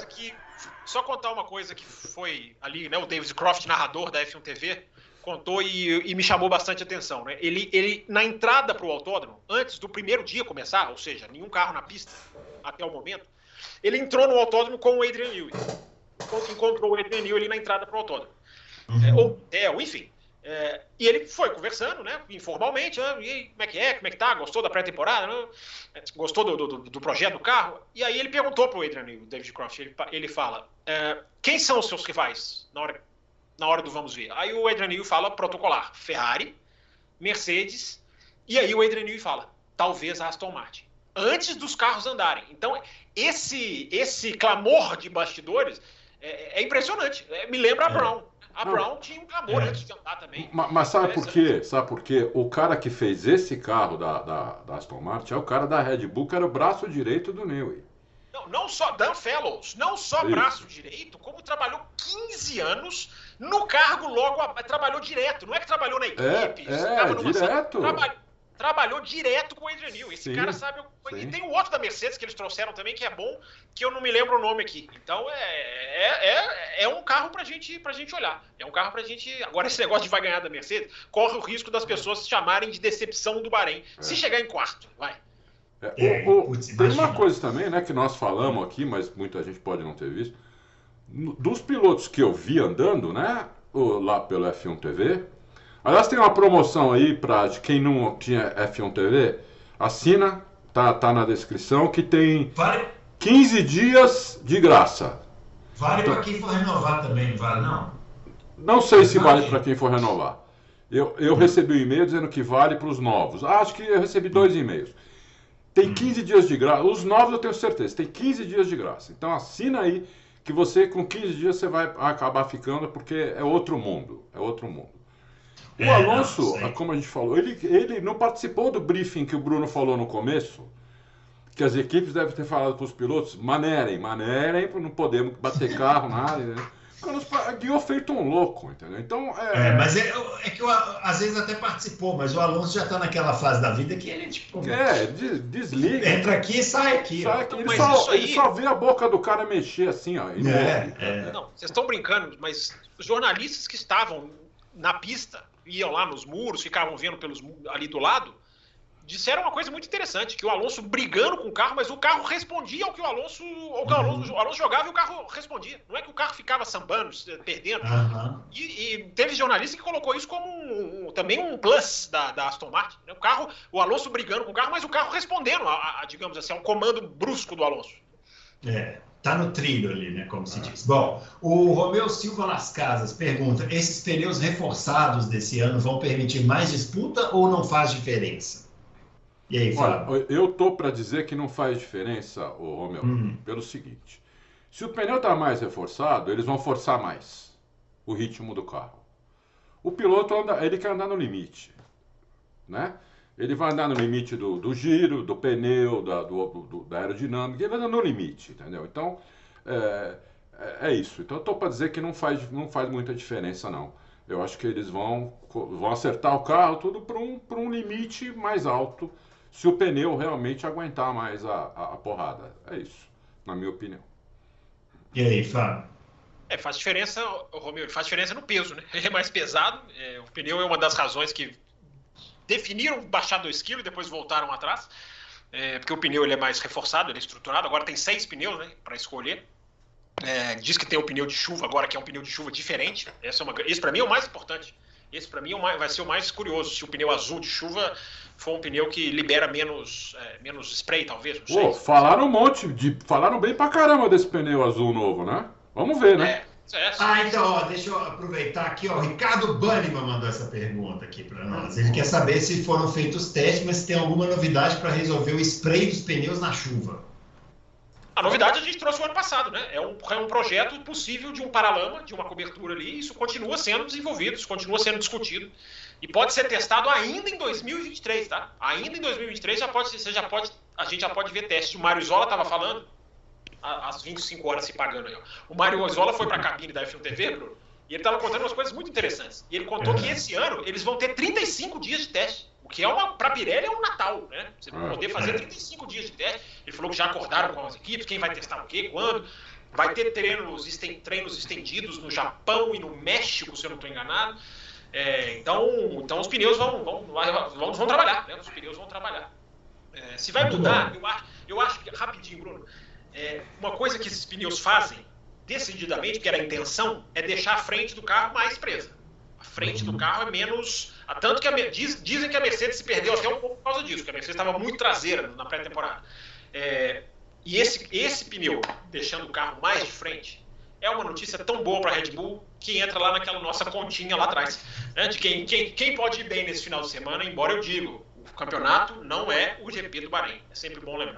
uma coisa que foi ali, né? O David Croft, narrador da F1 TV, contou e me chamou bastante atenção, né? Ele na entrada para o autódromo, antes do primeiro dia começar, ou seja, nenhum carro na pista até o momento, ele entrou no autódromo com o Adrian Newey. Encontrou o Adrian Newey ali na entrada para o autódromo. Enfim. E ele foi conversando, né, informalmente, e aí, como é que tá? Gostou da pré-temporada? Né? Gostou do projeto do carro? E aí ele perguntou para o Adrian Newey, o David Croft, ele fala, quem são os seus rivais na hora do vamos ver? Aí o Adrian Newey fala protocolar, Ferrari, Mercedes, e aí o Adrian Newey fala, talvez a Aston Martin, antes dos carros andarem. Então, esse clamor de bastidores é impressionante, me lembra a Brown. A Brown tinha um clamor antes de andar também. Mas sabe por quê? Sabe por quê? O cara que fez esse carro da Aston Martin é o cara da Red Bull, que era o braço direito do Newey. Não só Dan Fellows, não só braço direito, como trabalhou 15 anos no cargo trabalhou direto, não é que trabalhou na equipe. Direto. Trabalhou direto com o Adrian Newey. Esse cara sabe... Sim. E tem um outro da Mercedes que eles trouxeram também, que é bom, que eu não me lembro o nome aqui. Então, é um carro pra gente olhar. É um carro pra gente... Agora, esse negócio de vai ganhar da Mercedes, corre o risco das pessoas se chamarem de decepção do Bahrein. Se chegar em quarto, vai. Tem uma coisa também, né, que nós falamos aqui, mas muita gente pode não ter visto. Dos pilotos que eu vi andando, né, lá pelo F1 TV. Aliás, tem uma promoção aí para quem não tinha F1 TV. Assina, tá na descrição, que tem 15 dias de graça. Vale para quem for renovar também, não vale não? Não sei se vale para quem for renovar. Eu recebi um e-mail dizendo que vale para os novos. Acho que eu recebi 2 e-mails. Tem 15 dias de graça. Os novos eu tenho certeza. Tem 15 dias de graça. Então assina aí que você com 15 dias você vai acabar ficando, porque é outro mundo. É outro mundo. O Alonso, como a gente falou, ele não participou do briefing que o Bruno falou no começo, que as equipes devem ter falado para os pilotos, manerem, não podemos bater carro, nada, né? guiou feito um louco, entendeu? Então, mas é que às vezes até participou, mas o Alonso já tá naquela fase da vida que ele, tipo... desliga. Entra aqui e sai aqui. Sai aqui. Ele só vê a boca do cara mexer assim, ó. Não, vocês estão brincando, mas os jornalistas que estavam na pista, iam lá nos muros, ficavam vendo ali do lado, disseram uma coisa muito interessante, que o Alonso brigando com o carro, mas o carro respondia ao que o Alonso jogava e o carro respondia. Não é que o carro ficava sambando, perdendo. E teve jornalista que colocou isso como também um plus da Aston Martin. Né? O Alonso brigando com o carro, mas o carro respondendo, digamos assim, a um comando brusco do Alonso. Tá no trilho ali, né, como se diz. Bom, o Romeu Silva Las Casas pergunta, esses pneus reforçados desse ano vão permitir mais disputa ou não faz diferença? E aí, Fábio? Olha, eu tô para dizer que não faz diferença, Romeu, pelo seguinte. Se o pneu tá mais reforçado, eles vão forçar mais o ritmo do carro. O piloto, ele quer andar no limite, né? Ele vai andar no limite do giro, do pneu, da aerodinâmica, ele vai andar no limite, entendeu? Então, é isso. Então, eu estou para dizer que não faz muita diferença, não. Eu acho que eles vão acertar o carro tudo para um limite mais alto, se o pneu realmente aguentar mais a porrada. É isso, na minha opinião. E aí, Fábio? Faz diferença, Romeu, faz diferença no peso, né? Ele é mais pesado, o pneu é uma das razões que definiram baixar 2 kg e depois voltaram atrás, porque o pneu ele é mais reforçado, ele é estruturado, agora tem 6 pneus, né, para escolher. Diz que tem o pneu de chuva agora, que é um pneu de chuva diferente. Esse para mim é o mais importante. Esse para mim vai ser o mais curioso, se o pneu azul de chuva for um pneu que libera menos spray, talvez, não sei. Falaram bem pra caramba desse pneu azul novo, né? Vamos ver, né? Então, deixa eu aproveitar aqui, Ricardo Banniman mandou essa pergunta aqui para nós. Ele quer saber se foram feitos testes, mas se tem alguma novidade para resolver o spray dos pneus na chuva. A novidade a gente trouxe o ano passado, né? É um projeto possível de um paralama, de uma cobertura ali, e isso continua sendo desenvolvido, isso continua sendo discutido. E pode ser testado ainda em 2023, tá? Ainda em 2023 a gente já pode ver teste. O Mário Isola estava falando, às 25 horas se pagando aí. O Mário Isola foi para a cabine da F1 TV, Bruno, e ele estava contando umas coisas muito interessantes. E ele contou que esse ano eles vão ter 35 dias de teste, o que para a Pirelli é um Natal, né? Você vai poder fazer 35 dias de teste. Ele falou que já acordaram com as equipes, quem vai testar o quê, quando. Vai ter treinos estendidos no Japão e no México, se eu não estou enganado. Então os pneus vão trabalhar, né? Os pneus vão trabalhar. Se vai mudar, eu acho que, rapidinho, Bruno, uma coisa que esses pneus fazem, decididamente, que era a intenção, é deixar a frente do carro mais presa. A frente do carro é menos... Tanto que dizem que a Mercedes se perdeu até um pouco por causa disso, que a Mercedes estava muito traseira na pré-temporada. E esse pneu, deixando o carro mais de frente, é uma notícia tão boa para a Red Bull que entra lá naquela nossa continha lá atrás, né, de quem pode ir bem nesse final de semana, embora eu diga, o campeonato não é o GP do Bahrein. É sempre bom lembrar.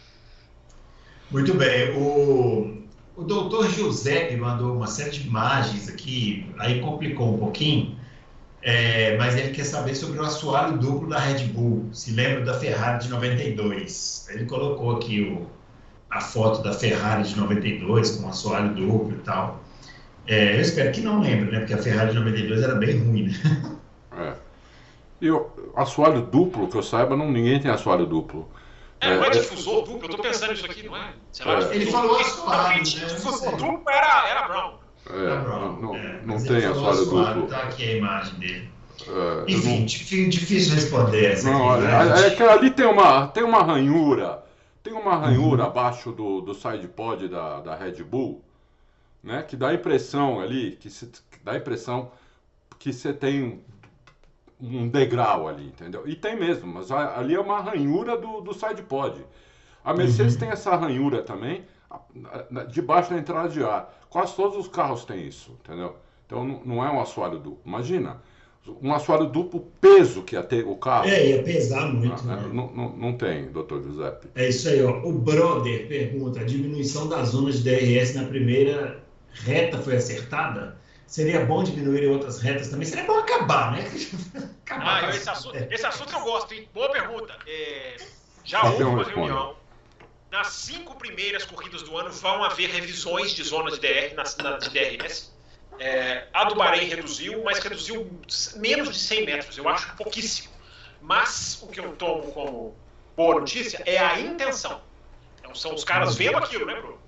Muito bem. O doutor Giuseppe mandou uma série de imagens aqui, aí complicou um pouquinho, mas ele quer saber sobre o assoalho duplo da Red Bull. Se lembra da Ferrari de 92. Ele colocou aqui a foto da Ferrari de 92 com assoalho duplo e tal. Eu espero que não lembre, né? Porque a Ferrari de 92 era bem ruim, né? E o assoalho duplo, que eu saiba, ninguém tem assoalho duplo. Não é difusor duplo, eu tô pensando nisso aqui, não é? Sei lá, ele falou assoalho, né? Difusor duplo era Brown. Não tem assoalho duplo. Tá aqui a imagem dele. Enfim, difícil responder essa aqui. Ali tem uma ranhura. Tem uma ranhura abaixo do side pod da Red Bull, né? Que dá a impressão ali, que você tem um degrau ali, entendeu? E tem mesmo, mas ali é uma ranhura do side pod. A Mercedes tem essa ranhura também, debaixo da entrada de ar. Quase todos os carros têm isso, entendeu? Então não é um assoalho duplo. Imagina, um assoalho duplo, peso que ia ter o carro. Ia pesar muito. Né? Não tem, doutor Giuseppe. É isso aí, O Brother pergunta, a diminuição das zonas de DRS na primeira reta foi acertada? Seria bom diminuir em outras retas também? Seria bom acabar, né? Esse assunto eu gosto, hein? Boa pergunta. Já houve uma reunião. Nas 5 primeiras corridas do ano vão haver revisões de zonas de DRS. A do Bahrein reduziu, mas reduziu menos de 100 metros. Eu acho pouquíssimo. Mas o que eu tomo como boa notícia é a intenção. Então, são os caras vendo aquilo, né, Bruno?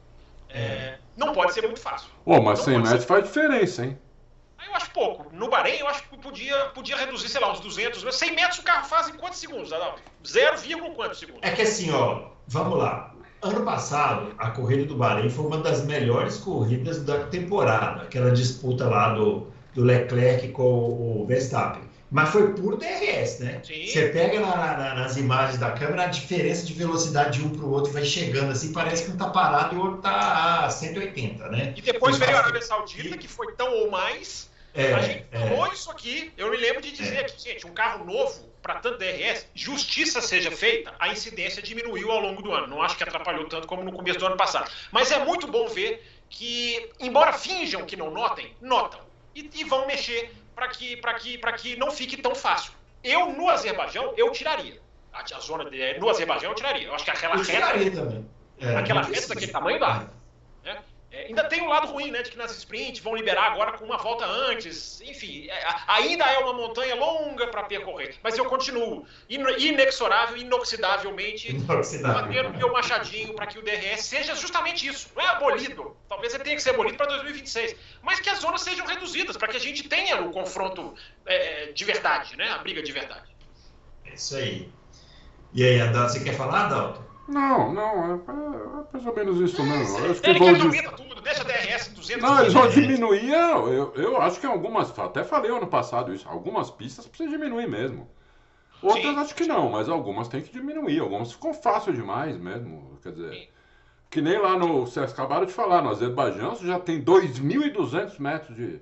Não pode ser muito fácil. Mas 100 metros faz diferença, hein? Eu acho pouco. No Bahrein, eu acho que podia reduzir, sei lá, uns 200. 100 metros o carro faz em quantos segundos, Adalto? 0, quantos segundos? É que assim, vamos lá. Ano passado, a corrida do Bahrein foi uma das melhores corridas da temporada. Aquela disputa lá do Leclerc com o Verstappen. Mas foi puro DRS, né? Sim. Você pega nas imagens da câmera, a diferença de velocidade de um para o outro vai chegando assim, parece que um está parado e o outro está a 180, né? E depois veio a Arábia Saudita, que foi tão ou mais. A gente falou isso aqui. Eu me lembro de dizer aqui, gente, um carro novo para tanto DRS, justiça seja feita, a incidência diminuiu ao longo do ano. Não acho que atrapalhou tanto como no começo do ano passado. Mas é muito bom ver que, embora finjam que não notem, notam. E vão mexer para que não fique tão fácil. No Azerbaijão, eu tiraria. A zona no Azerbaijão, eu tiraria. Eu acho que aquela reta... também. Aquela reta daquele tamanho dá. Né? Ainda tem um lado ruim, né? De que nas sprints vão liberar agora com uma volta antes. Enfim, ainda é uma montanha longa para percorrer. Mas eu continuo inexorável, inoxidavelmente, mantendo meu machadinho para que o DRS seja justamente isso. Não é abolido. Talvez ele tenha que ser abolido para 2026. Mas que as zonas sejam reduzidas, para que a gente tenha o confronto de verdade, né? A briga de verdade. É isso aí. E aí, Adalto, você quer falar, Adalto? Não, é mais ou menos isso mesmo. Ele quer diminuir tudo, deixa DRS 200. Não, eles vão diminuir, eu acho que algumas, até falei ano passado isso, algumas pistas precisam diminuir mesmo. Outras acho que não, mas algumas tem que diminuir, algumas ficam fácil demais mesmo, quer dizer, que nem lá vocês acabaram de falar, no Azerbaijão você já tem 2.200 metros de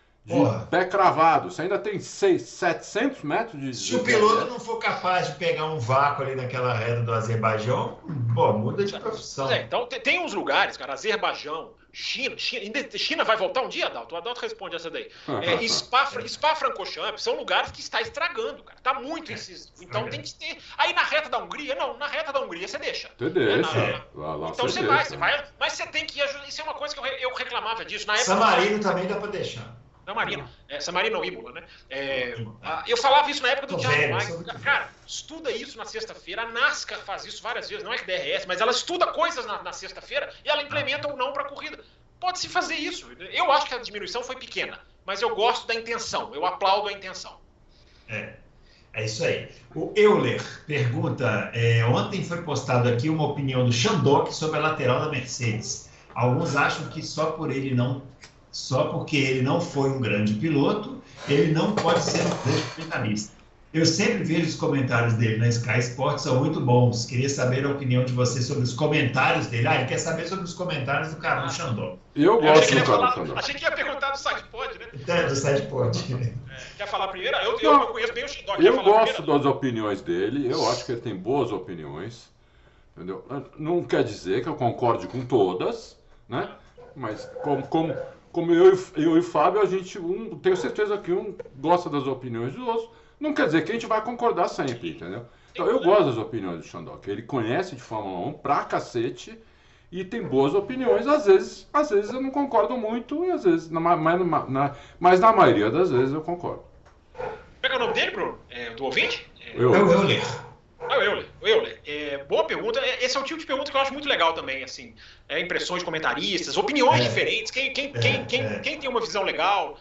pé cravado, você ainda tem 700 metros de... Se o piloto não for capaz de pegar um vácuo ali naquela reta do Azerbaijão, muda de profissão. Então tem uns lugares, cara, Azerbaijão, China vai voltar um dia, Adalto? O Adalto responde essa daí. Spa-Francorchamps são lugares que está estragando, cara. Está muito incisivo. Então tem que ter... Aí na reta da Hungria, na reta da Hungria você deixa. Você deixa. Lá então você vai. Mas você tem que ajudar. Isso é uma coisa que eu reclamava disso. Na época, San Marino também dá para deixar. San Marino. San Marino ou Imola, né? Eu falava isso na época do Thiago Maia. Cara, estuda isso na sexta-feira. A NASCAR faz isso várias vezes. Não é que DRS, mas ela estuda coisas na sexta-feira e ela implementa ou não para a corrida. Pode-se fazer isso. Eu acho que a diminuição foi pequena, mas eu gosto da intenção. Eu aplaudo a intenção. É isso aí. O Euler pergunta, ontem foi postado aqui uma opinião do Chandok sobre a lateral da Mercedes. Alguns acham que só porque ele não foi um grande piloto, ele não pode ser um grande comentarista. Eu sempre vejo os comentários dele na Sky Sports, são muito bons. Queria saber a opinião de você sobre os comentários dele. Ele quer saber sobre os comentários do Carlos Chandon. Eu gosto do Carlos Chandon. Achei que ia perguntar do SidePod, né? Do SidePod. Quer falar primeiro? Eu conheço bem o Chandon. Eu gosto das opiniões dele, eu acho que ele tem boas opiniões. Entendeu? Não quer dizer que eu concorde com todas, né? Mas como eu e o Fábio, a gente tenho certeza que um gosta das opiniões dos outros. Não quer dizer que a gente vai concordar sempre, entendeu? Então eu gosto das opiniões do Chandok. Ele conhece de Fórmula 1 pra cacete e tem boas opiniões. Às vezes eu não concordo muito e às vezes, mas na maioria das vezes eu concordo. Pega o nome dele, Bruno? Do ouvinte? Euler. O Euler. Boa pergunta. Esse é o tipo de pergunta que eu acho muito legal também, assim. Impressões de comentaristas, opiniões diferentes. Quem tem uma visão legal,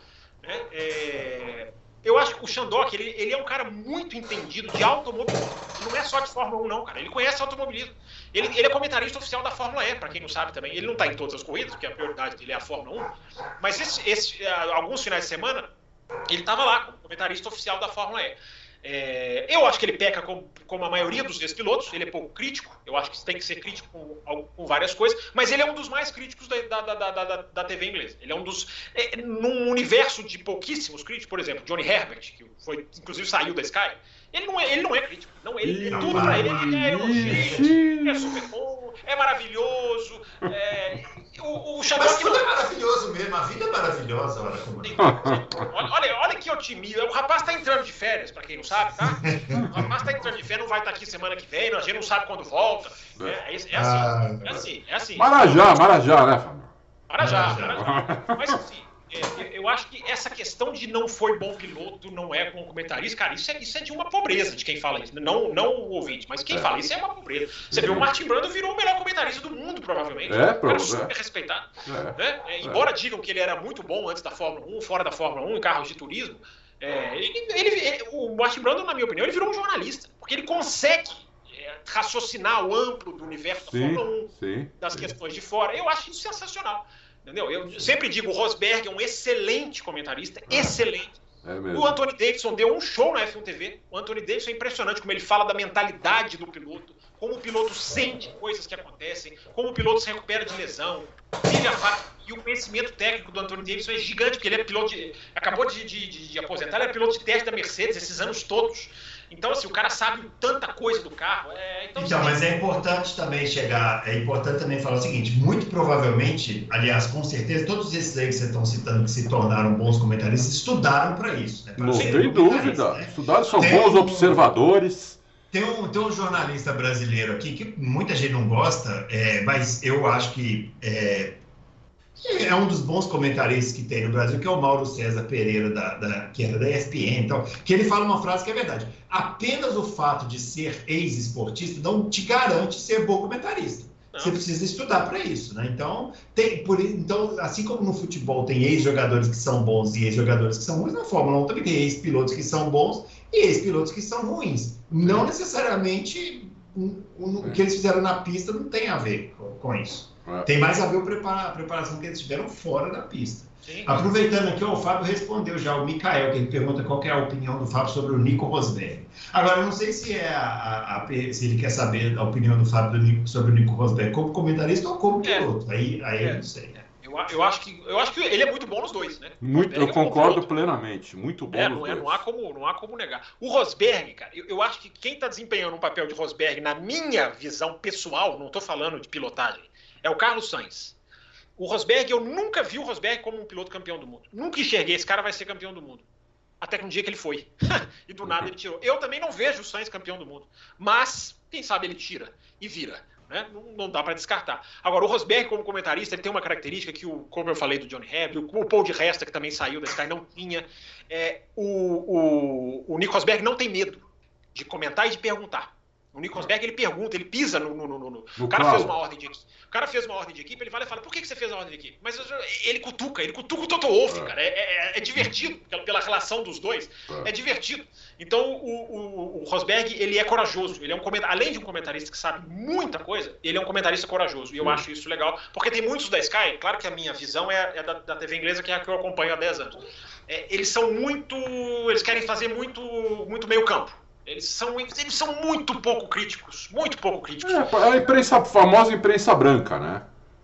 né? Eu acho que o Chandok, ele é um cara muito entendido de automobilismo. Não é só de Fórmula 1, não, cara. Ele conhece automobilismo. Ele é comentarista oficial da Fórmula E, para quem não sabe também. Ele não está em todas as corridas, porque a prioridade dele é a Fórmula 1. Mas alguns finais de semana, ele estava lá, como comentarista oficial da Fórmula E. Eu acho que ele peca como a maioria dos ex-pilotos, ele é pouco crítico, eu acho que tem que ser crítico com várias coisas, mas ele é um dos mais críticos da TV inglesa. Ele é um dos... num universo de pouquíssimos críticos, por exemplo, Johnny Herbert, que inclusive saiu da Sky, ele não é crítico. Tudo pra ele é elogio, é super bom, é maravilhoso. O Chandok... Mas tudo é maravilhoso mesmo, a vida é maravilhosa. Olha que otimismo. O rapaz está entrando de férias, para quem não sabe, tá? O rapaz está entrando de férias, não vai estar aqui semana que vem, a gente não sabe quando volta. É assim. Marajá, né, Fábio? Marajá. Mas assim, Eu acho que essa questão de não foi bom piloto, não é bom comentarista, cara, isso é de uma pobreza de quem fala isso. Não o ouvinte, mas quem fala isso é uma pobreza. Você vê, o Martin Brundle virou o melhor comentarista do mundo, provavelmente. O cara super respeitado. Né? Embora digam que ele era muito bom antes da Fórmula 1, fora da Fórmula 1, em carros de turismo, o Martin Brundle, na minha opinião, ele virou um jornalista. Porque ele consegue raciocinar o amplo do universo da Fórmula 1, das questões de fora. Eu acho isso sensacional. Entendeu? Eu sempre digo, o Rosberg é um excelente comentarista, excelente. O Anthony Davidson deu um show na F1 TV. O Anthony Davidson é impressionante como ele fala da mentalidade do piloto, como o piloto sente coisas que acontecem, como o piloto se recupera de lesão, vive a fase. E o conhecimento técnico do Anthony Davidson é gigante, porque ele é piloto acabou de aposentar, ele é piloto de teste da Mercedes esses anos todos. Então, assim, o cara sabe tanta coisa do carro. Mas é importante também falar o seguinte, muito provavelmente, aliás, com certeza, todos esses aí que vocês estão citando que se tornaram bons comentaristas, estudaram para isso. Né? Não tem dúvida. Né? Estudaram, são bons observadores. Tem um jornalista brasileiro aqui que muita gente não gosta, mas eu acho que é um dos bons comentaristas que tem no Brasil, que é o Mauro César Pereira, que era da ESPN, então, que ele fala uma frase que é verdade. Apenas o fato de ser ex-esportista não te garante ser bom comentarista. Não. Você precisa estudar para isso, né? Então, assim como no futebol tem ex-jogadores que são bons e ex-jogadores que são ruins, na Fórmula 1 também tem ex-pilotos que são bons e ex-pilotos que são ruins. Não necessariamente o que eles fizeram na pista não tem a ver com isso. Tem mais a ver a preparação que eles tiveram fora da pista. Sim. Aproveitando aqui, o Fábio respondeu já, o Mikael, que ele pergunta qual que é a opinião do Fábio sobre o Nico Rosberg. Agora, eu não sei se se ele quer saber a opinião do Fábio sobre o Nico Rosberg como comentarista ou como piloto. Aí eu não sei. Eu acho que ele é muito bom nos dois, né? Eu concordo plenamente. Muito bom nos dois. Não há como negar. O Rosberg, cara, eu acho que quem está desempenhando um papel de Rosberg, na minha visão pessoal, não estou falando de pilotagem, é o Carlos Sainz. O Rosberg, eu nunca vi o Rosberg como um piloto campeão do mundo. Nunca enxerguei, esse cara vai ser campeão do mundo. Até que um dia que ele foi. E do nada ele tirou. Eu também não vejo o Sainz campeão do mundo. Mas, quem sabe ele tira e vira. Né? Não dá para descartar. Agora, o Rosberg como comentarista, ele tem uma característica que, como eu falei do Johnny Herbert, o Paul de Resta, que também saiu da Sky, não tinha. O Nico Rosberg não tem medo de comentar e de perguntar. O Nico Rosberg, ele pergunta, ele pisa no o cara fez uma ordem de equipe. O cara fez uma ordem de equipe, ele vai lá e fala, por que você fez a ordem de equipe? Mas ele cutuca o Toto Wolff, cara. É divertido, pela relação dos dois. É divertido. Então, o Rosberg, ele é corajoso. Ele é além de um comentarista que sabe muita coisa, ele é um comentarista corajoso. E eu acho isso legal, porque tem muitos da Sky, claro que a minha visão é da TV inglesa, que é a que eu acompanho há 10 anos. Eles querem fazer muito meio campo. Eles são muito pouco críticos. Muito pouco críticos. A famosa imprensa branca, né?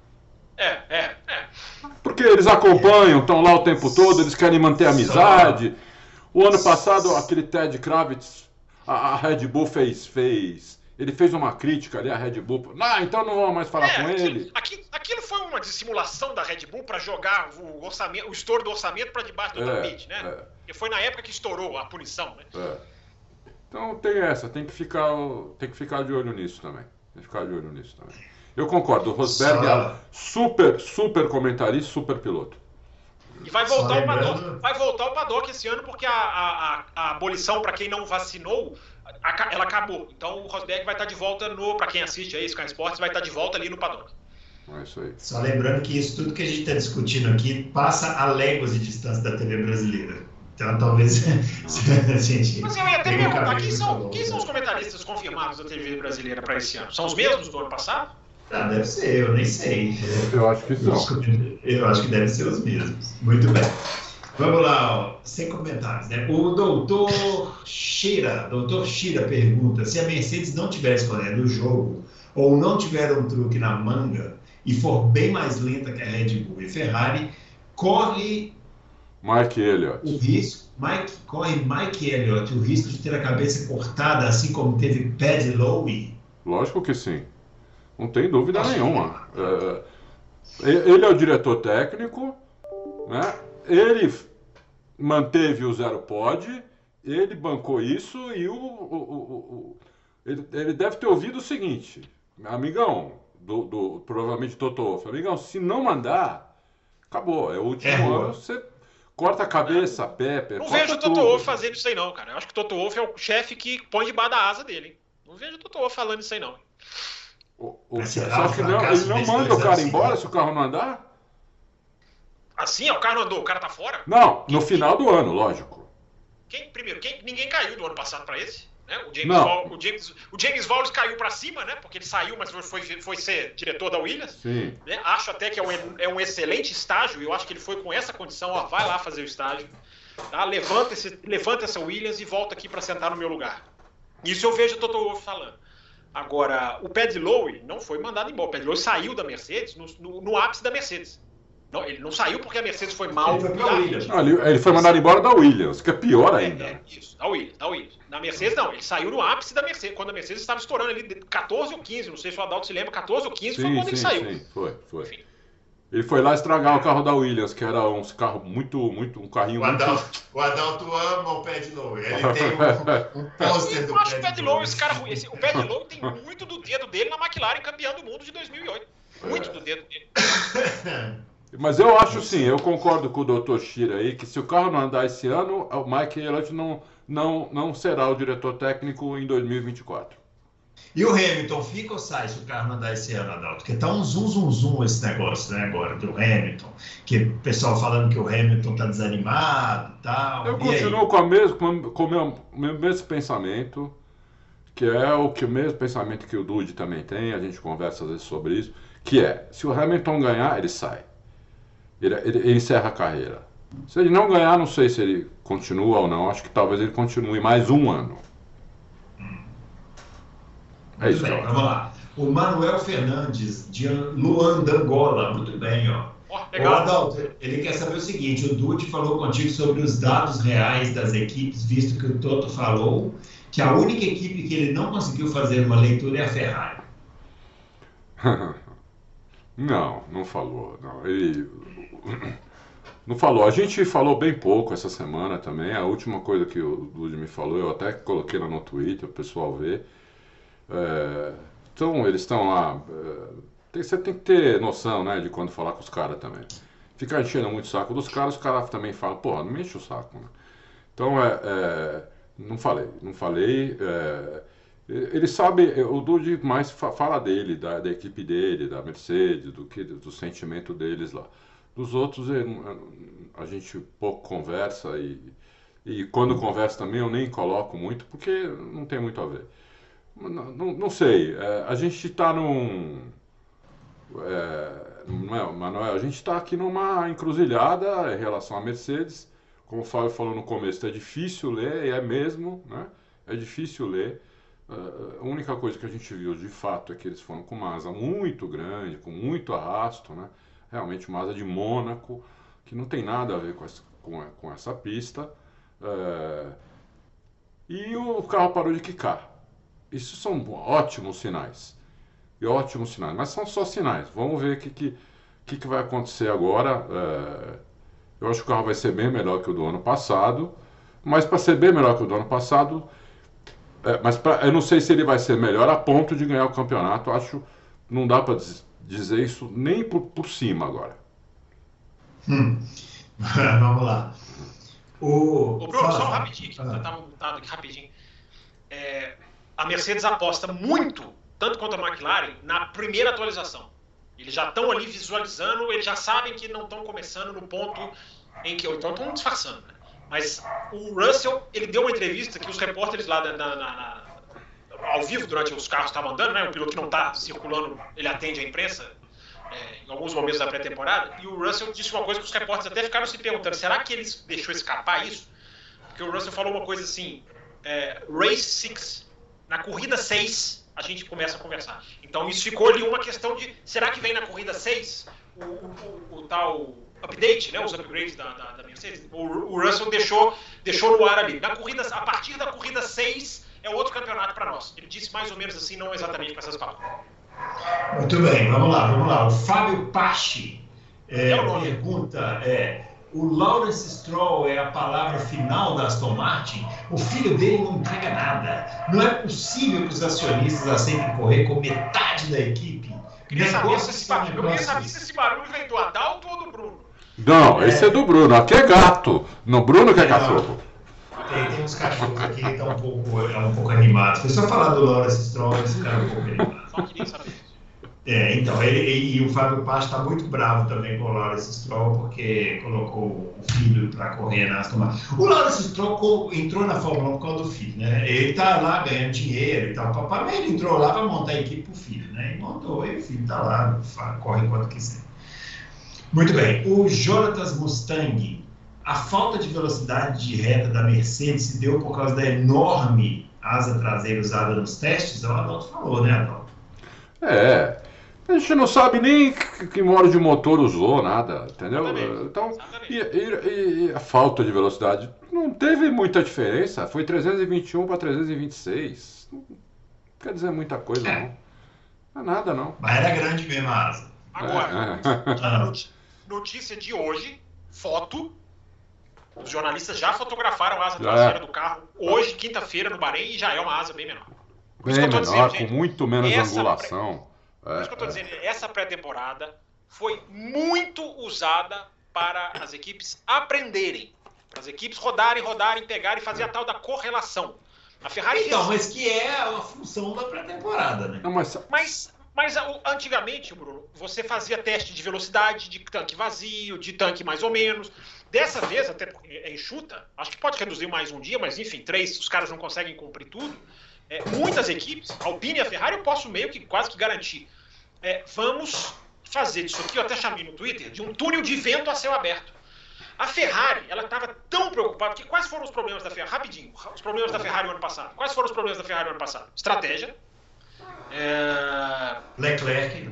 Porque eles acompanham, estão lá o tempo todo, eles querem manter a amizade. O ano passado, aquele Ted Kravitz, a Red Bull fez. Ele fez uma crítica ali à Red Bull. Então não vamos mais falar com ele. Aquilo foi uma dissimulação da Red Bull para jogar o estouro do orçamento para debaixo do tapete, né? Porque foi na época que estourou a punição, né? Então tem que ficar de olho nisso também. Eu concordo, o Rosberg é super comentarista, super piloto. E vai voltar o paddock esse ano, porque a abolição para quem não vacinou, ela acabou. Então o Rosberg vai estar de volta para quem assiste aí, Sky Sports, vai estar de volta ali no paddock. É isso aí. Só lembrando que isso tudo que a gente está discutindo aqui passa a léguas de distância da TV brasileira. Então, talvez a gente... Mas eu ia até perguntar, quem são os comentaristas confirmados da TV brasileira para esse ano? São os mesmos do ano passado? Deve ser, eu nem sei. Eu acho que são. Eu acho que devem ser os mesmos. Muito bem. Vamos lá, sem comentários, né? O doutor Shira pergunta, se a Mercedes não tiver escolhendo o jogo ou não tiver um truque na manga e for bem mais lenta que a Red Bull e Ferrari, corre Mike Elliott o risco de ter a cabeça cortada, assim como teve Paddy Lowe? Lógico que sim. Não tem dúvida nenhuma. Ele é o diretor técnico, né? Ele manteve o zero pod, ele bancou isso e ele deve ter ouvido o seguinte, amigão, provavelmente Toto Wolff, amigão, se não mandar, Acabou. É o último ano, você corta a cabeça, pé, Não vejo o Toto Wolff fazendo isso aí não, cara. Eu acho que o Toto Wolff é o chefe que põe debaixo da asa dele, hein? Não vejo o Toto Wolff falando isso aí não. Só que não, ele não manda o cara embora se o carro não andar? Assim, o carro não andou, o cara tá fora? Não, no final do ano, lógico. Ninguém caiu do ano passado para esse, né? O James Wallace caiu para cima, né? Porque ele saiu, mas foi ser diretor da Williams. Sim. Né? Acho até que é um excelente estágio. Eu acho que ele foi com essa condição, ó, vai lá fazer o estágio, tá? Levanta essa Williams e volta aqui para sentar no meu lugar. Isso eu vejo o Toto Wolff falando. Agora, o Paddy Lowe não foi mandado embora. O Paddy Lowe saiu da Mercedes no ápice da Mercedes. Não, ele não saiu porque a Mercedes foi mal. Ele foi pra Williams. Não, ele foi mandado embora da Williams, que é pior ainda. Isso, da Williams. Na Mercedes, não. Ele saiu no ápice da Mercedes, quando a Mercedes estava estourando ali 14 ou 15. Não sei se o Adalto se lembra, 14 ou 15 foi quando ele saiu. Sim, foi. Enfim. Ele foi lá estragar o carro da Williams, que era um carro um carrinho O Adalto ama o Paddy Lowe. Ele tem um pôster do Paddy Lowe. Eu acho o Paddy Lowe esse cara ruim. O Paddy Lowe tem muito do dedo dele na McLaren campeão do mundo de 2008. Muito do dedo dele. Mas eu acho sim, eu concordo com o Dr. Shira aí, que se o carro não andar esse ano, o Mike Elliott não será o diretor técnico em 2024. E o Hamilton fica ou sai se o carro não andar esse ano, Adalto? Porque tá um zum esse negócio, né, agora, do Hamilton. Que o pessoal falando que o Hamilton tá desanimado e tal. Eu continuo com o meu mesmo pensamento, que é o mesmo pensamento que o Dude também tem, a gente conversa às vezes sobre isso, que é, se o Hamilton ganhar, ele sai. Ele encerra a carreira. Se ele não ganhar, não sei se ele continua ou não, acho que talvez ele continue mais um ano. É isso, bem, vamos lá. O Manuel Fernandes, de Luan d'Angola, muito bem, ó. Legal. O Adalto, ele quer saber o seguinte, o Dude falou contigo sobre os dados reais das equipes, visto que o Toto falou que a única equipe que ele não conseguiu fazer uma leitura é a Ferrari. Não falou. Ele não falou. A gente falou bem pouco essa semana também. A última coisa que o Dude me falou, eu até coloquei lá no Twitter, o pessoal vê. Então, eles estão lá. Você tem que ter noção, né, de quando falar com os caras também. Ficar enchendo muito o saco dos caras, os caras também falam, porra, não me enche o saco, né? Então, não falei. Ele sabe, o Dude mais fala dele, da equipe dele, da Mercedes, do sentimento deles lá. Dos outros, a gente pouco conversa e quando conversa também eu nem coloco muito, porque não tem muito a ver. Não sei, a gente está Manuel, a gente está aqui numa encruzilhada em relação à Mercedes. Como o Fábio falou no começo, é difícil ler, e é mesmo, né? É difícil ler. A única coisa que a gente viu de fato é que eles foram com uma asa muito grande, com muito arrasto, né? Realmente uma asa de Mônaco, que não tem nada a ver com essa pista. E o carro parou de quicar. Isso são ótimos sinais. Mas são só sinais. Vamos ver o que vai acontecer agora. Eu acho que o carro vai ser bem melhor que o do ano passado. Mas para ser bem melhor que o do ano passado... eu não sei se ele vai ser melhor a ponto de ganhar o campeonato. Acho que não dá para dizer isso nem por cima agora. Vamos lá. Ô Bruno, só rapidinho, que eu estava mutado aqui rapidinho. A Mercedes aposta muito, tanto quanto a McLaren, na primeira atualização. Eles já estão ali visualizando, eles já sabem que não estão começando no ponto em que... Ou então estão disfarçando, né? Mas o Russell, ele deu uma entrevista que os repórteres lá ao vivo, durante os carros estavam andando, né? O piloto que não está circulando, ele atende a imprensa em alguns momentos da pré-temporada, e o Russell disse uma coisa que os repórteres até ficaram se perguntando, será que ele deixou escapar isso? Porque o Russell falou uma coisa assim, Race 6, na corrida 6, a gente começa a conversar. Então isso ficou ali uma questão de, será que vem na corrida 6 o tal update, né, os upgrades da Mercedes? O Russell deixou no ar ali. A partir da corrida 6 é outro campeonato para nós. Ele disse mais ou menos assim, não exatamente com essas palavras. Muito bem, vamos lá. O Fábio Pachi pergunta, o Lawrence Stroll é a palavra final da Aston Martin? O filho dele não entrega nada. Não é possível que os acionistas aceitem correr com metade da equipe? Eu queria saber se esse barulho vem do Adalto ou do Bruno. Não, esse é do Bruno. Aqui é gato. No Bruno que é cachorro. Tem uns cachorros aqui que estão um pouco animados. Foi só falar do Lawrence Stroll, esse cara é um pouco animado. Só queria saber. Então, e o Fábio Pacho está muito bravo também com o Lawrence Stroll, porque colocou o filho para correr na Aston Martin. O Lawrence Stroll entrou na Fórmula 1 por causa do filho, né? Ele está lá ganhando dinheiro e tal, papai, mas ele entrou lá para montar a equipe para o filho, né? E montou, e o filho está lá, corre quanto quiser. Muito bem, o Jonatas Mustang, a falta de velocidade de reta da Mercedes se deu por causa da enorme asa traseira usada nos testes? O Adalto falou, né, Adalto? A gente não sabe nem que modo de motor usou, nada, entendeu? Então, e a falta de velocidade não teve muita diferença, foi 321 para 326, não quer dizer muita coisa, não. Não é nada, não. Mas era grande mesmo a asa. Agora, notícia de hoje, foto, os jornalistas já fotografaram a asa traseira do carro hoje, quinta-feira, no Bahrein, e já é uma asa bem menor. Bem menor, dizendo, gente, com muito menos angulação. Por isso que eu estou dizendo, essa pré-temporada foi muito usada para as equipes aprenderem, para as equipes rodarem, pegarem e fazer a tal da correlação. A Ferrari mas que é a função da pré-temporada, né? Não, mas antigamente, Bruno, você fazia teste de velocidade, de tanque vazio, de tanque mais ou menos. Dessa vez, até porque é enxuta, acho que pode reduzir mais um dia, mas enfim, 3, os caras não conseguem cumprir tudo. Muitas equipes, a Alpine e a Ferrari, eu posso meio que quase que garantir. Vamos fazer disso aqui, eu até chamei no Twitter, de um túnel de vento a céu aberto. A Ferrari, ela estava tão preocupada, porque quais foram os problemas da Ferrari? Rapidinho, os problemas da Ferrari no ano passado. Quais foram os problemas da Ferrari no ano passado? Estratégia. Leclerc.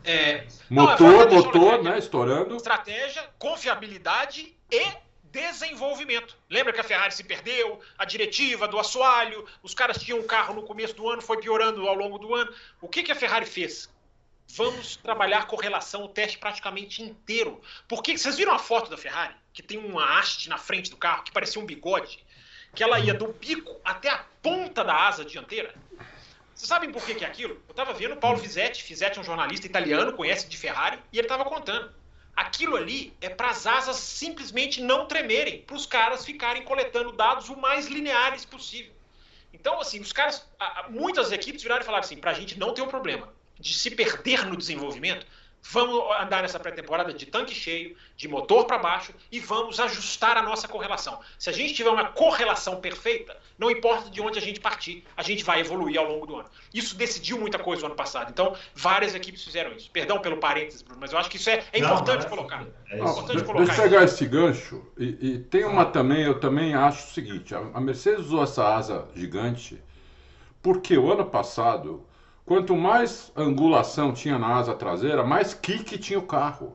Motor, né, estourando. Estratégia, confiabilidade e desenvolvimento. Lembra que a Ferrari se perdeu, a diretiva do assoalho, os caras tinham um carro no começo do ano, foi piorando ao longo do ano. O que a Ferrari fez? Vamos trabalhar correlação, o teste praticamente inteiro. Porque vocês viram a foto da Ferrari, que tem uma haste na frente do carro, que parecia um bigode, que ela ia do bico até a ponta da asa dianteira? Vocês sabem por que é aquilo? Eu estava vendo o Paulo Fizetti é um jornalista italiano, conhece de Ferrari, e ele estava contando. Aquilo ali é para as asas simplesmente não tremerem, para os caras ficarem coletando dados o mais lineares possível. Então, assim, os caras, muitas equipes viraram e falaram assim, para a gente não ter um problema de se perder no desenvolvimento, vamos andar nessa pré-temporada de tanque cheio, de motor para baixo e vamos ajustar a nossa correlação. Se a gente tiver uma correlação perfeita, não importa de onde a gente partir, a gente vai evoluir ao longo do ano. Isso decidiu muita coisa no ano passado. Então, várias equipes fizeram isso. Perdão pelo parênteses, Bruno, mas eu acho que isso é importante colocar. Deixa eu pegar esse gancho. E tem uma também, eu também acho o seguinte, a Mercedes usou essa asa gigante porque o ano passado, quanto mais angulação tinha na asa traseira, mais kick tinha o carro.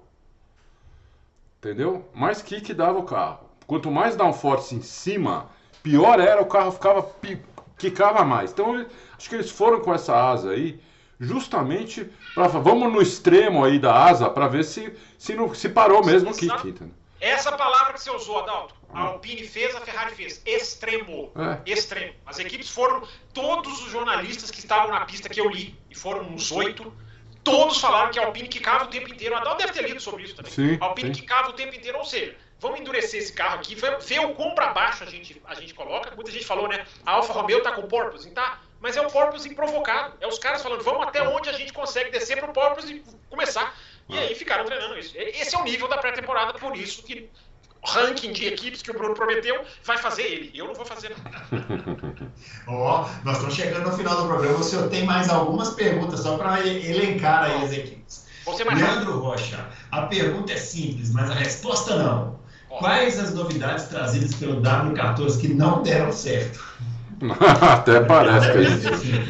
Entendeu? Mais kick dava o carro. Quanto mais downforce em cima, pior era, o carro quicava mais. Então, acho que eles foram com essa asa aí, justamente para vamos no extremo aí da asa para ver se parou mesmo o kick. Entendeu? Essa palavra que você usou, Adalto, a Alpine fez, a Ferrari fez. Extremo. Extremo. As equipes foram, todos os jornalistas que estavam na pista que eu li, e foram uns 8, todos falaram que a Alpine quicava o tempo inteiro. O Adalto deve ter lido sobre isso também. Sim, a Alpine quicava o tempo inteiro, ou seja, vamos endurecer esse carro aqui, ver o quão para baixo a gente coloca. Muita gente falou, né, a Alfa Romeo tá com o porpoising, tá? Mas é o porpoising provocado. É os caras falando, vamos até onde a gente consegue descer pro porpoising e começar. E aí ficaram treinando isso. Esse é o nível da pré-temporada, por isso que o ranking de equipes que o Bruno prometeu vai fazer ele. Eu não vou fazer nada. Nós estamos chegando no final do programa. O senhor tem mais algumas perguntas só para elencar aí as equipes. Leandro Rocha, a pergunta é simples, mas a resposta não. Quais as novidades trazidas pelo W14 que não deram certo? Até parece que é isso.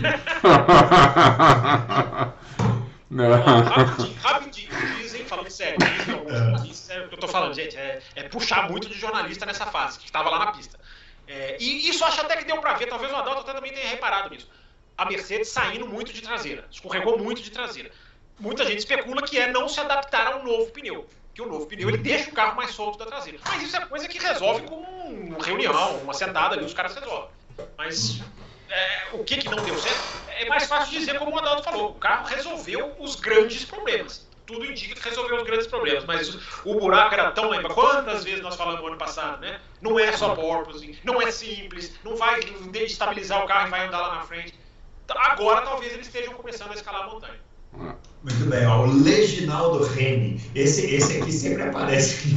Rapidinho, dizem, falando sério, isso é o que eu tô falando, gente, é puxar muito de jornalista nessa fase, que estava lá na pista. E isso acho até que deu pra ver, talvez o Adalto até também tenha reparado nisso. A Mercedes saindo muito de traseira, escorregou muito de traseira. Muita gente especula que é não se adaptar ao novo pneu, que o novo pneu ele deixa o carro mais solto da traseira. Mas isso é coisa que resolve com uma reunião, uma sentada ali, os caras resolvem. Mas o que não deu certo? É mais fácil dizer como o Adalto falou. O carro resolveu os grandes problemas. tudo indica que resolveu os grandes problemas, mas o buraco era tão... Lembra quantas vezes nós falamos no ano passado, né? Não é só porpoising, não é simples, não vai estabilizar o carro e vai andar lá na frente. Agora talvez eles estejam começando a escalar a montanha. Muito bem, ó, o Leginaldo Remy, esse aqui sempre aparece,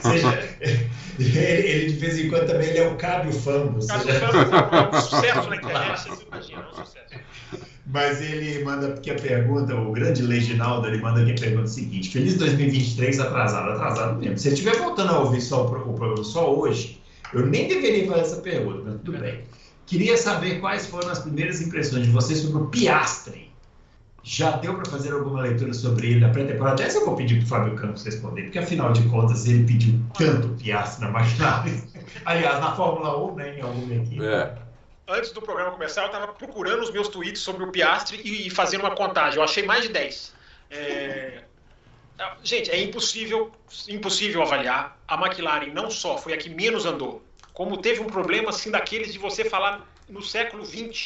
ele de vez em quando também ele é o Cábio Fambo. É um sucesso na internet, vocês imaginam, é um sucesso. Mas ele manda aqui a pergunta, o grande Leginaldo, ele manda aqui a pergunta seguinte: feliz 2023 atrasado mesmo. Se ele estiver voltando a ouvir o programa só hoje, eu nem deveria fazer essa pergunta, mas tudo bem. Queria saber quais foram as primeiras impressões de vocês sobre o Piastri. Já deu para fazer alguma leitura sobre ele na pré-temporada? Essa eu vou pedir para o Fábio Campos responder, porque afinal de contas ele pediu tanto Piastri na McLaren. Aliás, na Fórmula 1, né, em alguma equipe. Antes do programa começar, eu estava procurando os meus tweets sobre o Piastri e fazendo uma contagem. Eu achei mais de 10. Gente, é impossível avaliar. A McLaren não só foi a que menos andou, como teve um problema assim daqueles de você falar no século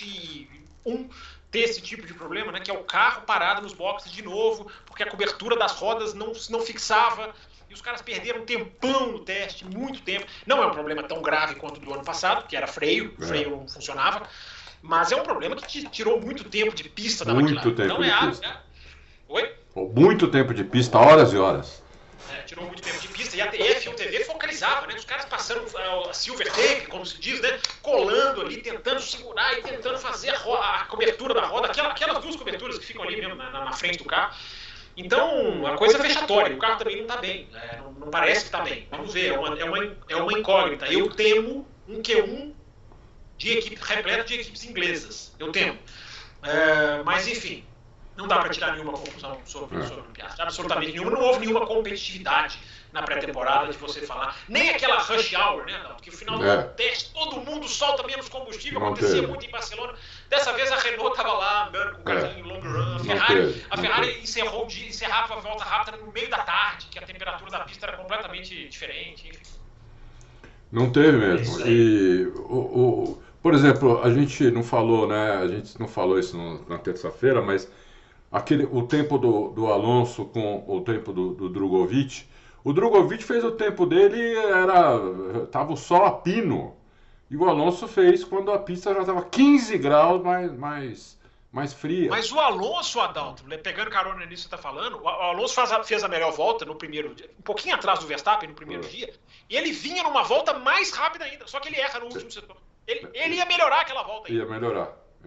21 ter esse tipo de problema, né, que é o carro parado nos boxes de novo, porque a cobertura das rodas não fixava, e os caras perderam um tempão no teste, muito tempo. Não é um problema tão grave quanto o do ano passado, que era freio, o freio não funcionava, mas é um problema que tirou muito tempo de pista da McLaren. Muito tempo de pista. Oi? Muito tempo de pista, horas e horas. Tirou muito tempo de pista, e a F1 TV focalizava, né? Os caras passando a silver tape, como se diz, né? Colando ali, tentando segurar e tentando fazer a cobertura da roda, aquelas duas coberturas que ficam ali mesmo na frente do carro. Então, a coisa é vexatória, o carro também não está bem, não parece que está bem. Vamos ver, é uma incógnita. Eu temo um Q1 de equipe repleta de equipes inglesas, eu temo. Mas, enfim... Não dá para tirar nenhuma conclusão sobre o Piastri, absolutamente nenhuma. Não houve nenhuma competitividade na pré-temporada de você falar. Nem aquela rush hour, né? Porque no final do teste todo mundo solta menos combustível, acontecia muito em Barcelona. Dessa vez a Renault estava lá andando com o carrinho em long run. A Ferrari encerrava a volta rápida no meio da tarde, que a temperatura da pista era completamente diferente. Enfim. Não teve mesmo. E por exemplo, a gente não falou, né? A gente não falou isso na terça-feira, mas o tempo do Alonso com o tempo do Drugovich. O Drugovich fez o tempo dele, tava o sol a pino. E o Alonso fez quando a pista já estava 15 graus mais fria. Mas o Alonso, Adalto, pegando carona nisso que você está falando, o Alonso fez a melhor volta no primeiro dia, um pouquinho atrás do Verstappen no primeiro dia, e ele vinha numa volta mais rápida ainda, só que ele erra no último setor. Ele ia melhorar aquela volta aí. Ia melhorar.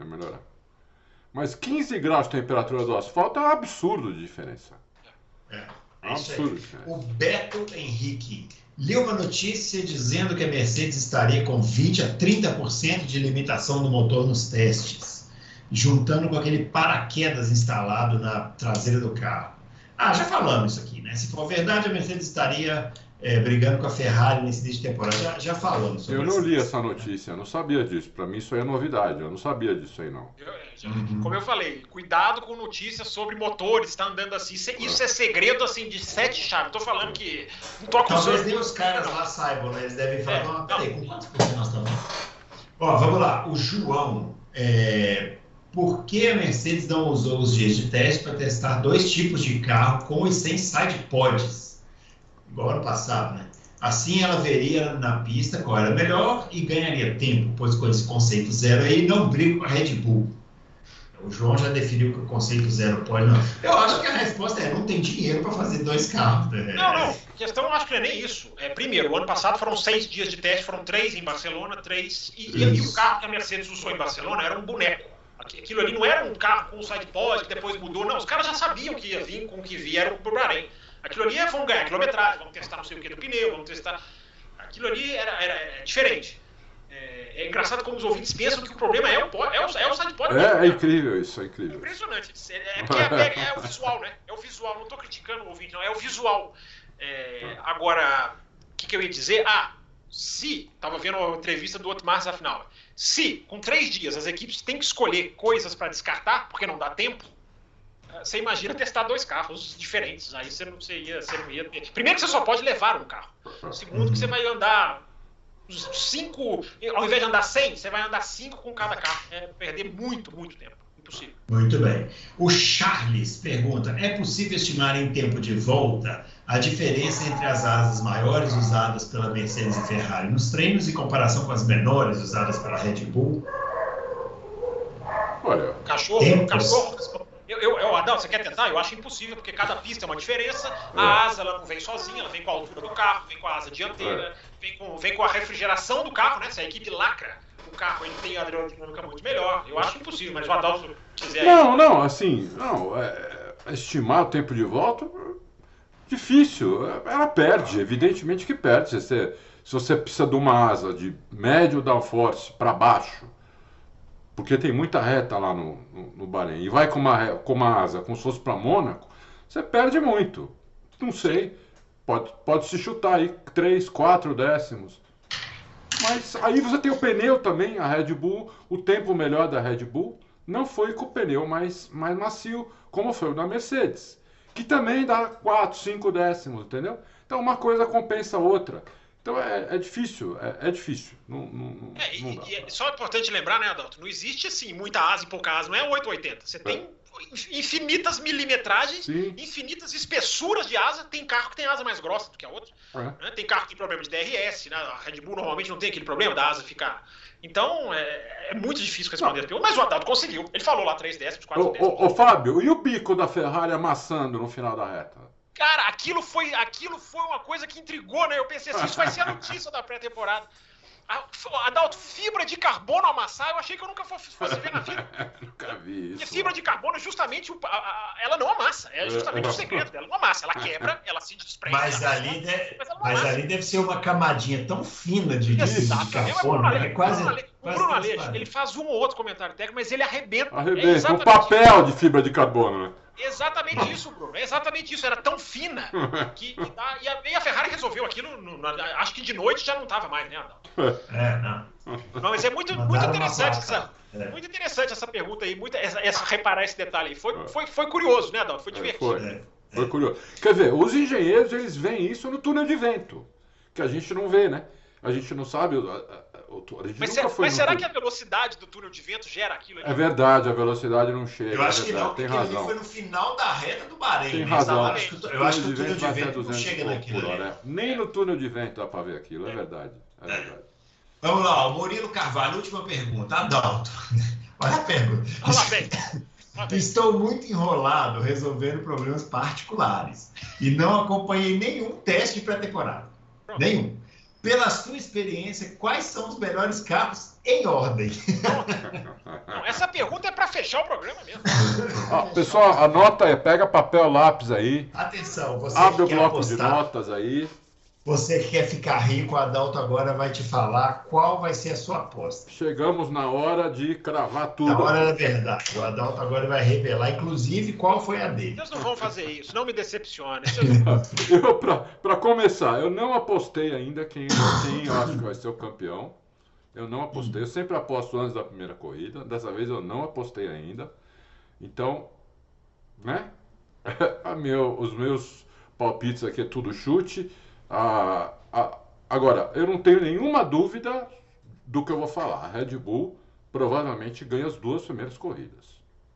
Mas 15 graus de temperatura do asfalto é um absurdo de diferença. É absurdo. O Beto Henrique leu uma notícia dizendo que a Mercedes estaria com 20 a 30% de limitação do motor nos testes, juntando com aquele paraquedas instalado na traseira do carro. Já falamos isso aqui, né? Se for verdade, a Mercedes estaria brigando com a Ferrari nesse início de temporada. Já falamos sobre isso. Eu não li essa notícia, eu não sabia disso. Para mim isso aí é novidade, eu não sabia disso aí não. Como eu falei, cuidado com notícias sobre motores, está andando assim. Isso é segredo assim de 7 chaves. Estou falando que... Não tô acusando. Talvez nem os caras lá saibam, né? Eles devem falar, peraí, com quantos por cento nós estamos? Vamos lá. O João, por que a Mercedes não usou os dias de teste para testar 2 tipos de carro com e sem side pods? Igual ano passado, né? Assim ela veria na pista qual era melhor e ganharia tempo, pois com esse conceito zero aí não briga com a Red Bull. O João já definiu que o conceito zero pode não. Eu acho que a resposta não tem dinheiro para fazer 2 carros. Não. A questão eu acho que não é nem isso. Primeiro, o ano passado foram 6 dias de teste, foram 3 em Barcelona, 3... E o carro que a Mercedes usou em Barcelona era um boneco. Aquilo ali não era um carro com side pod que depois mudou, não. Os caras já sabiam que ia vir com o que vieram pro Bahrein. Aquilo ali vamos ganhar quilometragem, vamos testar não sei o que do pneu, vamos testar... Aquilo ali era diferente. É engraçado como os ouvintes pensam que o problema é o side pod. É incrível isso, é incrível. Impressionante. É o visual, né? É o visual, não estou criticando o ouvinte, não, é o visual. Agora, o que eu ia dizer? Estava vendo a entrevista do Otmar Zafnauer, se com 3 dias as equipes têm que escolher coisas para descartar, porque não dá tempo, você imagina testar 2 carros diferentes, aí você não ia ter. Primeiro que você só pode levar um carro. Segundo que você vai andar 5, ao invés de andar 100, você vai andar 5 com cada carro. Perder muito tempo. impossível. Muito bem. O Charles pergunta: é possível estimar em tempo de volta a diferença entre as asas maiores usadas pela Mercedes e Ferrari nos treinos em comparação com as menores usadas pela Red Bull? Olha, cachorro. Adão, você quer tentar? Eu acho impossível, porque cada pista é uma diferença. A asa ela não vem sozinha, ela vem com a altura do carro, vem com a asa dianteira, vem com a refrigeração do carro, né? Se a equipe lacra o carro, ele tem a aerodinâmica muito melhor. Eu acho impossível, mas o Adalto quiser... Estimar o tempo de volta, difícil. Ela perde, evidentemente que perde. Se você precisa de uma asa de médio downforce para baixo, porque tem muita reta lá no Bahrein, e vai com uma asa como se fosse para Mônaco, você perde muito. Não sei, pode se chutar aí 3, 4 décimos. Mas aí você tem o pneu também, a Red Bull, o tempo melhor da Red Bull não foi com o pneu mais macio, como foi o da Mercedes, que também dá 4, 5 décimos, entendeu? Então uma coisa compensa a outra. Então é difícil, é difícil. Não dá. É só importante lembrar, né, Adalto? Não existe assim muita asa e pouca asa, não é 880. Você tem infinitas milimetragens, Sim. infinitas espessuras de asa. Tem carro que tem asa mais grossa do que a outra. Né? Tem carro que tem problema de DRS, né? A Red Bull normalmente não tem aquele problema da asa ficar. Então é muito difícil responder a pergunta, mas o Adalto conseguiu. Ele falou lá 3 décimos, 4 décimos. Ô Fábio, e o bico da Ferrari amassando no final da reta? Cara, aquilo foi uma coisa que intrigou, né? Eu pensei assim, isso vai ser a notícia da pré-temporada. Adalto, fibra de carbono amassar, eu achei que eu nunca fosse ver na vida. Nunca vi isso. Porque fibra de carbono, justamente, ela não amassa. É justamente o segredo dela. Não amassa, ela quebra, ela se desprende. Mas ali deve ser uma camadinha tão fina de carbono. É quase. O Bruno Aleixo, ele faz um ou outro comentário técnico, mas ele arrebenta. Um papel de fibra de carbono, né? Exatamente isso, Bruno. É exatamente isso. Era tão fina que dá. E a Ferrari resolveu aquilo. Acho que de noite já não estava mais, né, Adalto? Não, mas é muito interessante muito interessante essa pergunta aí. Reparar esse detalhe aí. Foi curioso, né, Adalto? Foi divertido. Foi curioso. Quer ver, os engenheiros, eles veem isso no túnel de vento, que a gente não vê, né? A gente não sabe. Mas será que a velocidade do túnel de vento gera aquilo ali? É verdade, a velocidade não chega. Eu acho que não, tem porque razão. foi no final da reta do Bahrein. Tem razão. Eu acho que o túnel de vento não chega naquilo ali. Nem no túnel de vento dá para ver aquilo, é verdade. Vamos lá, o Murilo Carvalho, última pergunta. Adalto, olha a pergunta. Estou muito enrolado resolvendo problemas particulares e não acompanhei nenhum teste de pré-temporada. Nenhum. Pela sua experiência, quais são os melhores carros em ordem? Não, essa pergunta é para fechar o programa mesmo. Pessoal, anota aí, pega papel, lápis aí. Atenção, você abre o que bloco apostar, de notas aí. Você que quer ficar rico, o Adalto agora vai te falar qual vai ser a sua aposta. Chegamos na hora de cravar tudo. Na hora da verdade. O Adalto agora vai revelar, inclusive, qual foi a dele. Vocês não vão fazer isso, não me decepcione. Para começar, eu não apostei ainda quem eu acho que vai ser o campeão. Eu não apostei. Eu sempre aposto antes da primeira corrida. Dessa vez eu não apostei ainda. Então, né? Os meus palpites aqui é tudo chute. Agora, eu não tenho nenhuma dúvida do que eu vou falar. A Red Bull provavelmente ganha as 2 primeiras corridas.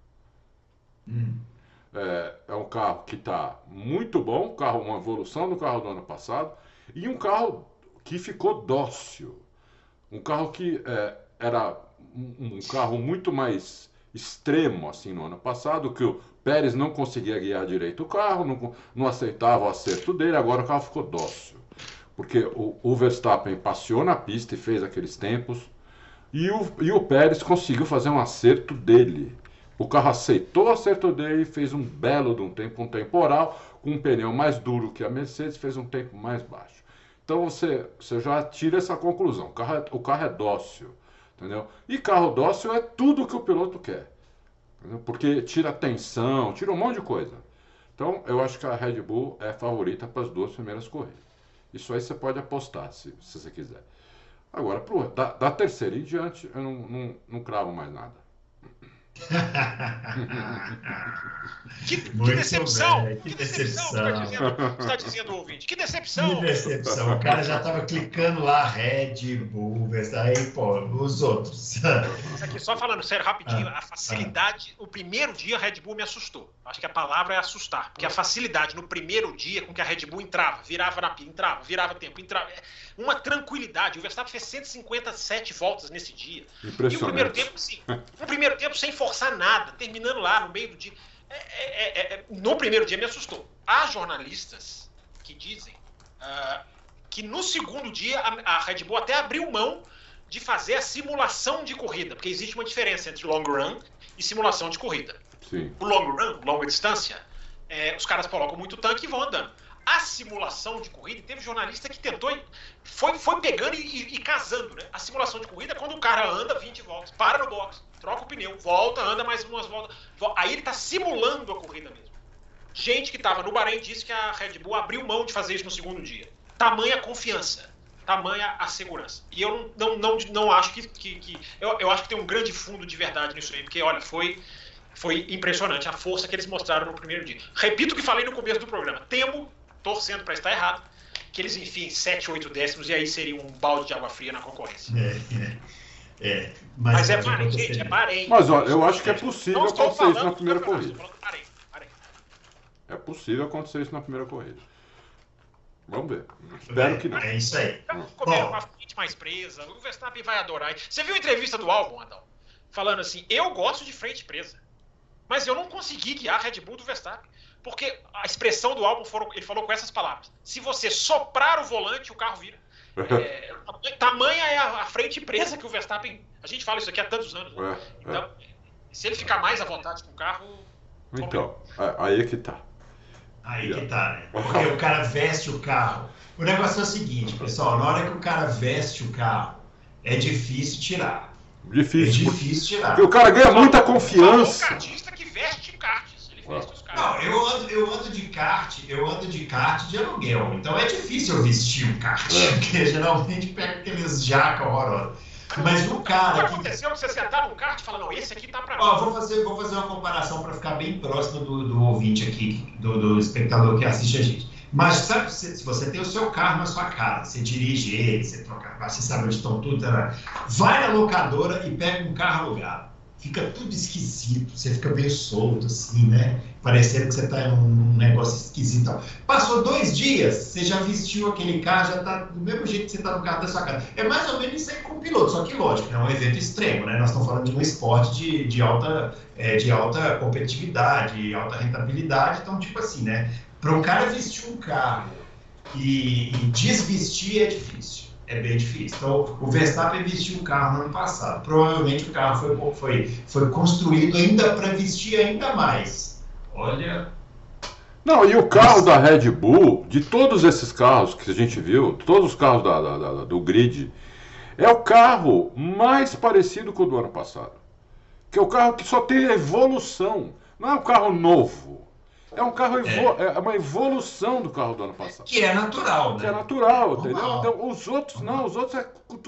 É um carro que está muito bom, uma evolução do carro do ano passado, e um carro que ficou dócil. Um carro que era um carro muito mais extremo assim no ano passado, que o Pérez não conseguia guiar direito o carro, não aceitava o acerto dele, agora o carro ficou dócil. Porque o Verstappen passeou na pista e fez aqueles tempos, e o Pérez conseguiu fazer um acerto dele. O carro aceitou o acerto dele e fez um belo de um tempo, um temporal, com um pneu mais duro que a Mercedes, fez um tempo mais baixo. Então você já tira essa conclusão, o carro é dócil, entendeu? E carro dócil é tudo que o piloto quer. Porque tira tensão, tira um monte de coisa. Então, eu acho que a Red Bull é favorita para as 2 primeiras corridas. Isso aí você pode apostar, se você quiser. Agora, da terceira em diante, eu não cravo mais nada. Que Muito decepção! bem, Que decepção! Está dizendo o ouvinte. Que decepção! Que decepção. O cara já estava clicando lá, Red Bull, aí, pô, os outros. Isso aqui, só falando sério, rapidinho, a facilidade, o primeiro dia a Red Bull me assustou. Acho que a palavra é assustar, porque a facilidade no primeiro dia com que a Red Bull entrava, virava na pista, entrava, virava tempo, entrava. Uma tranquilidade. O Verstappen fez 157 voltas nesse dia. E o primeiro tempo, sim. O primeiro tempo sem forçar nada, terminando lá no meio do dia. No primeiro dia me assustou. Há jornalistas que dizem que no segundo dia a Red Bull até abriu mão de fazer a simulação de corrida, porque existe uma diferença entre long run e simulação de corrida. Sim. O long run, longa distância, os caras colocam muito tanque e vão andando. A simulação de corrida, teve jornalista que tentou, foi pegando e casando, né? A simulação de corrida é quando o cara anda 20 voltas, para no box, troca o pneu, volta, anda mais umas voltas. Aí ele está simulando a corrida mesmo. Gente que estava no Bahrein disse que a Red Bull abriu mão de fazer isso no segundo dia. Tamanha confiança, tamanha a segurança. E eu não acho eu acho que tem um grande fundo de verdade nisso aí, porque, olha, foi impressionante a força que eles mostraram no primeiro dia. Repito o que falei no começo do programa. Temo, torcendo para estar errado, que eles enfiem 7, 8 décimos e aí seria um balde de água fria na concorrência. Mas é Bahrein, gente, é Bahrein. Mas olha, eu acho que é possível acontecer isso na primeira corrida. É possível acontecer isso na primeira corrida. Vamos ver. Espero que não. É isso aí. Estamos comendo uma frente mais presa. O Verstappen vai adorar. Você viu a entrevista do Albon, Adão? Falando assim, eu gosto de frente presa, mas eu não consegui guiar a Red Bull do Verstappen. Porque a expressão do Albon, ele falou com essas palavras. Se você soprar o volante, o carro vira. Tamanha é a frente presa que o Verstappen... A gente fala isso aqui há tantos anos. Né? Então, se ele ficar mais à vontade com o carro... Então, aí é que tá. Aí que tá, né? Porque o cara veste o carro. O negócio é o seguinte, pessoal. Na hora que o cara veste o carro, é difícil tirar. É difícil tirar. Porque o cara ganha muita confiança. O kartista que veste karts. Ele veste os carros. Não, eu ando de kart de aluguel. Então é difícil eu vestir um kart. Porque geralmente pega aqueles jaca horrorosos. Mas o cara... O que aconteceu? Você sentar num kart e falar, não, esse aqui tá pra mim. Vou fazer uma comparação para ficar bem próximo do ouvinte aqui, do espectador que assiste a gente. Mas sabe, se você tem o seu carro na sua casa, você dirige ele, você troca, você sabe onde estão tudo, vai na locadora e pega um carro alugado. Fica tudo esquisito, você fica meio solto assim, né? Parecendo que você tá em um negócio esquisito. Passou 2 dias, você já vestiu aquele carro, já tá do mesmo jeito que você tá no carro da sua casa. É mais ou menos isso aí com o piloto, só que lógico, é um evento extremo, né? Nós estamos falando de um esporte de alta competitividade, alta rentabilidade, então tipo assim, né? Para um cara vestir um carro e desvestir é difícil. É bem difícil. Então, o Verstappen vestiu um carro no ano passado. Provavelmente o carro foi construído ainda para vestir ainda mais. Olha... Não, e o carro da Red Bull, de todos esses carros que a gente viu, todos os carros do grid, é o carro mais parecido com o do ano passado. Que é o carro que só tem evolução. Não é um carro novo. É um carro, é uma evolução do carro do ano passado. Que é natural, né? Que é natural, entendeu? Então, os outros é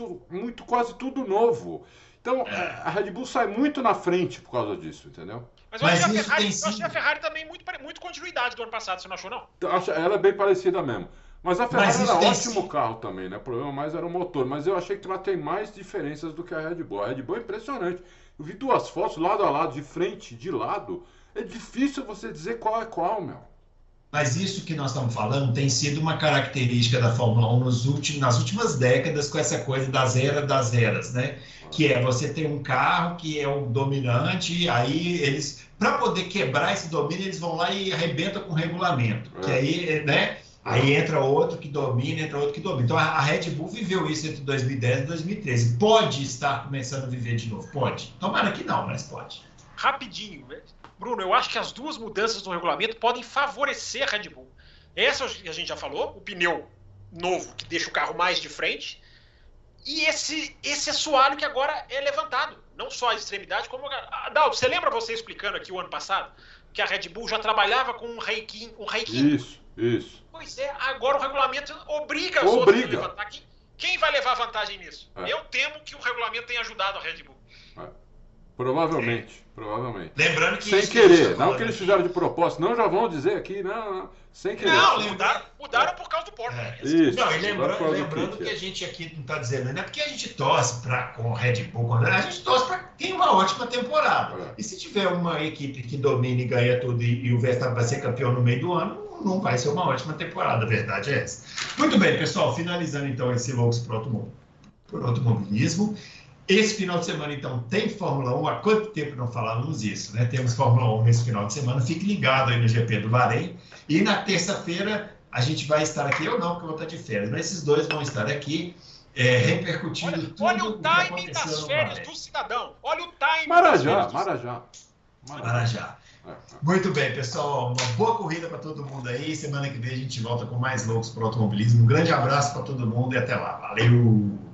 quase tudo novo. Então, a Red Bull sai muito na frente por causa disso, entendeu? Mas eu achei a Ferrari também muito continuidade do ano passado, você não achou, não? Ela é bem parecida mesmo. Mas a Ferrari era ótimo carro também, né? O problema mais era o motor. Mas eu achei que ela tem mais diferenças do que a Red Bull. A Red Bull é impressionante. Eu vi 2 fotos lado a lado, de frente, de lado. É difícil você dizer qual é qual, meu. Mas isso que nós estamos falando tem sido uma característica da Fórmula 1 nas últimas décadas, com essa coisa das eras, né? Que é você ter um carro que é o dominante, aí eles, para poder quebrar esse domínio, eles vão lá e arrebentam com o regulamento. Que aí, né? Aí entra outro que domina, Então a Red Bull viveu isso entre 2010 e 2013. Pode estar começando a viver de novo? Pode. Tomara que não, mas pode. Rapidinho, Bruno, eu acho que as 2 mudanças no regulamento podem favorecer a Red Bull. Essa a gente já falou, o pneu novo que deixa o carro mais de frente, e esse assoalho que agora é levantado. Não só a extremidade, como... Adalto, você lembra você explicando aqui o ano passado que a Red Bull já trabalhava com um reiquinho? Isso. Pois é, agora o regulamento obriga os outros a levantar. Quem vai levar vantagem nisso? Eu temo que o regulamento tenha ajudado a Red Bull. Provavelmente. Lembrando que sem querer, não que eles fizeram de propósito, não já vão dizer aqui, não, sem querer. Não, mudaram por causa do Porto. Isso. Não, e lembrando que a gente aqui não está dizendo, não é porque a gente torce com o Red Bull, a gente torce para que tenha uma ótima temporada. E se tiver uma equipe que domina e ganha tudo e o Verstappen vai ser campeão no meio do ano, não vai ser uma ótima temporada, a verdade é essa. Muito bem, pessoal, finalizando então esse Loucos por Automobilismo. Esse final de semana, então, tem Fórmula 1. Há quanto tempo não falávamos isso, né? Temos Fórmula 1 nesse final de semana. Fique ligado aí no GP do Bahrein. E na terça-feira a gente vai estar aqui. Eu não, porque eu vou estar de férias. Mas esses dois vão estar aqui repercutindo tudo olha o que timing aconteceu das no férias Bahrein. do cidadão. Olha o timing das férias Marajá. Muito bem, pessoal. Uma boa corrida para todo mundo aí. Semana que vem a gente volta com mais Loucos por Automobilismo. Um grande abraço para todo mundo e até lá. Valeu!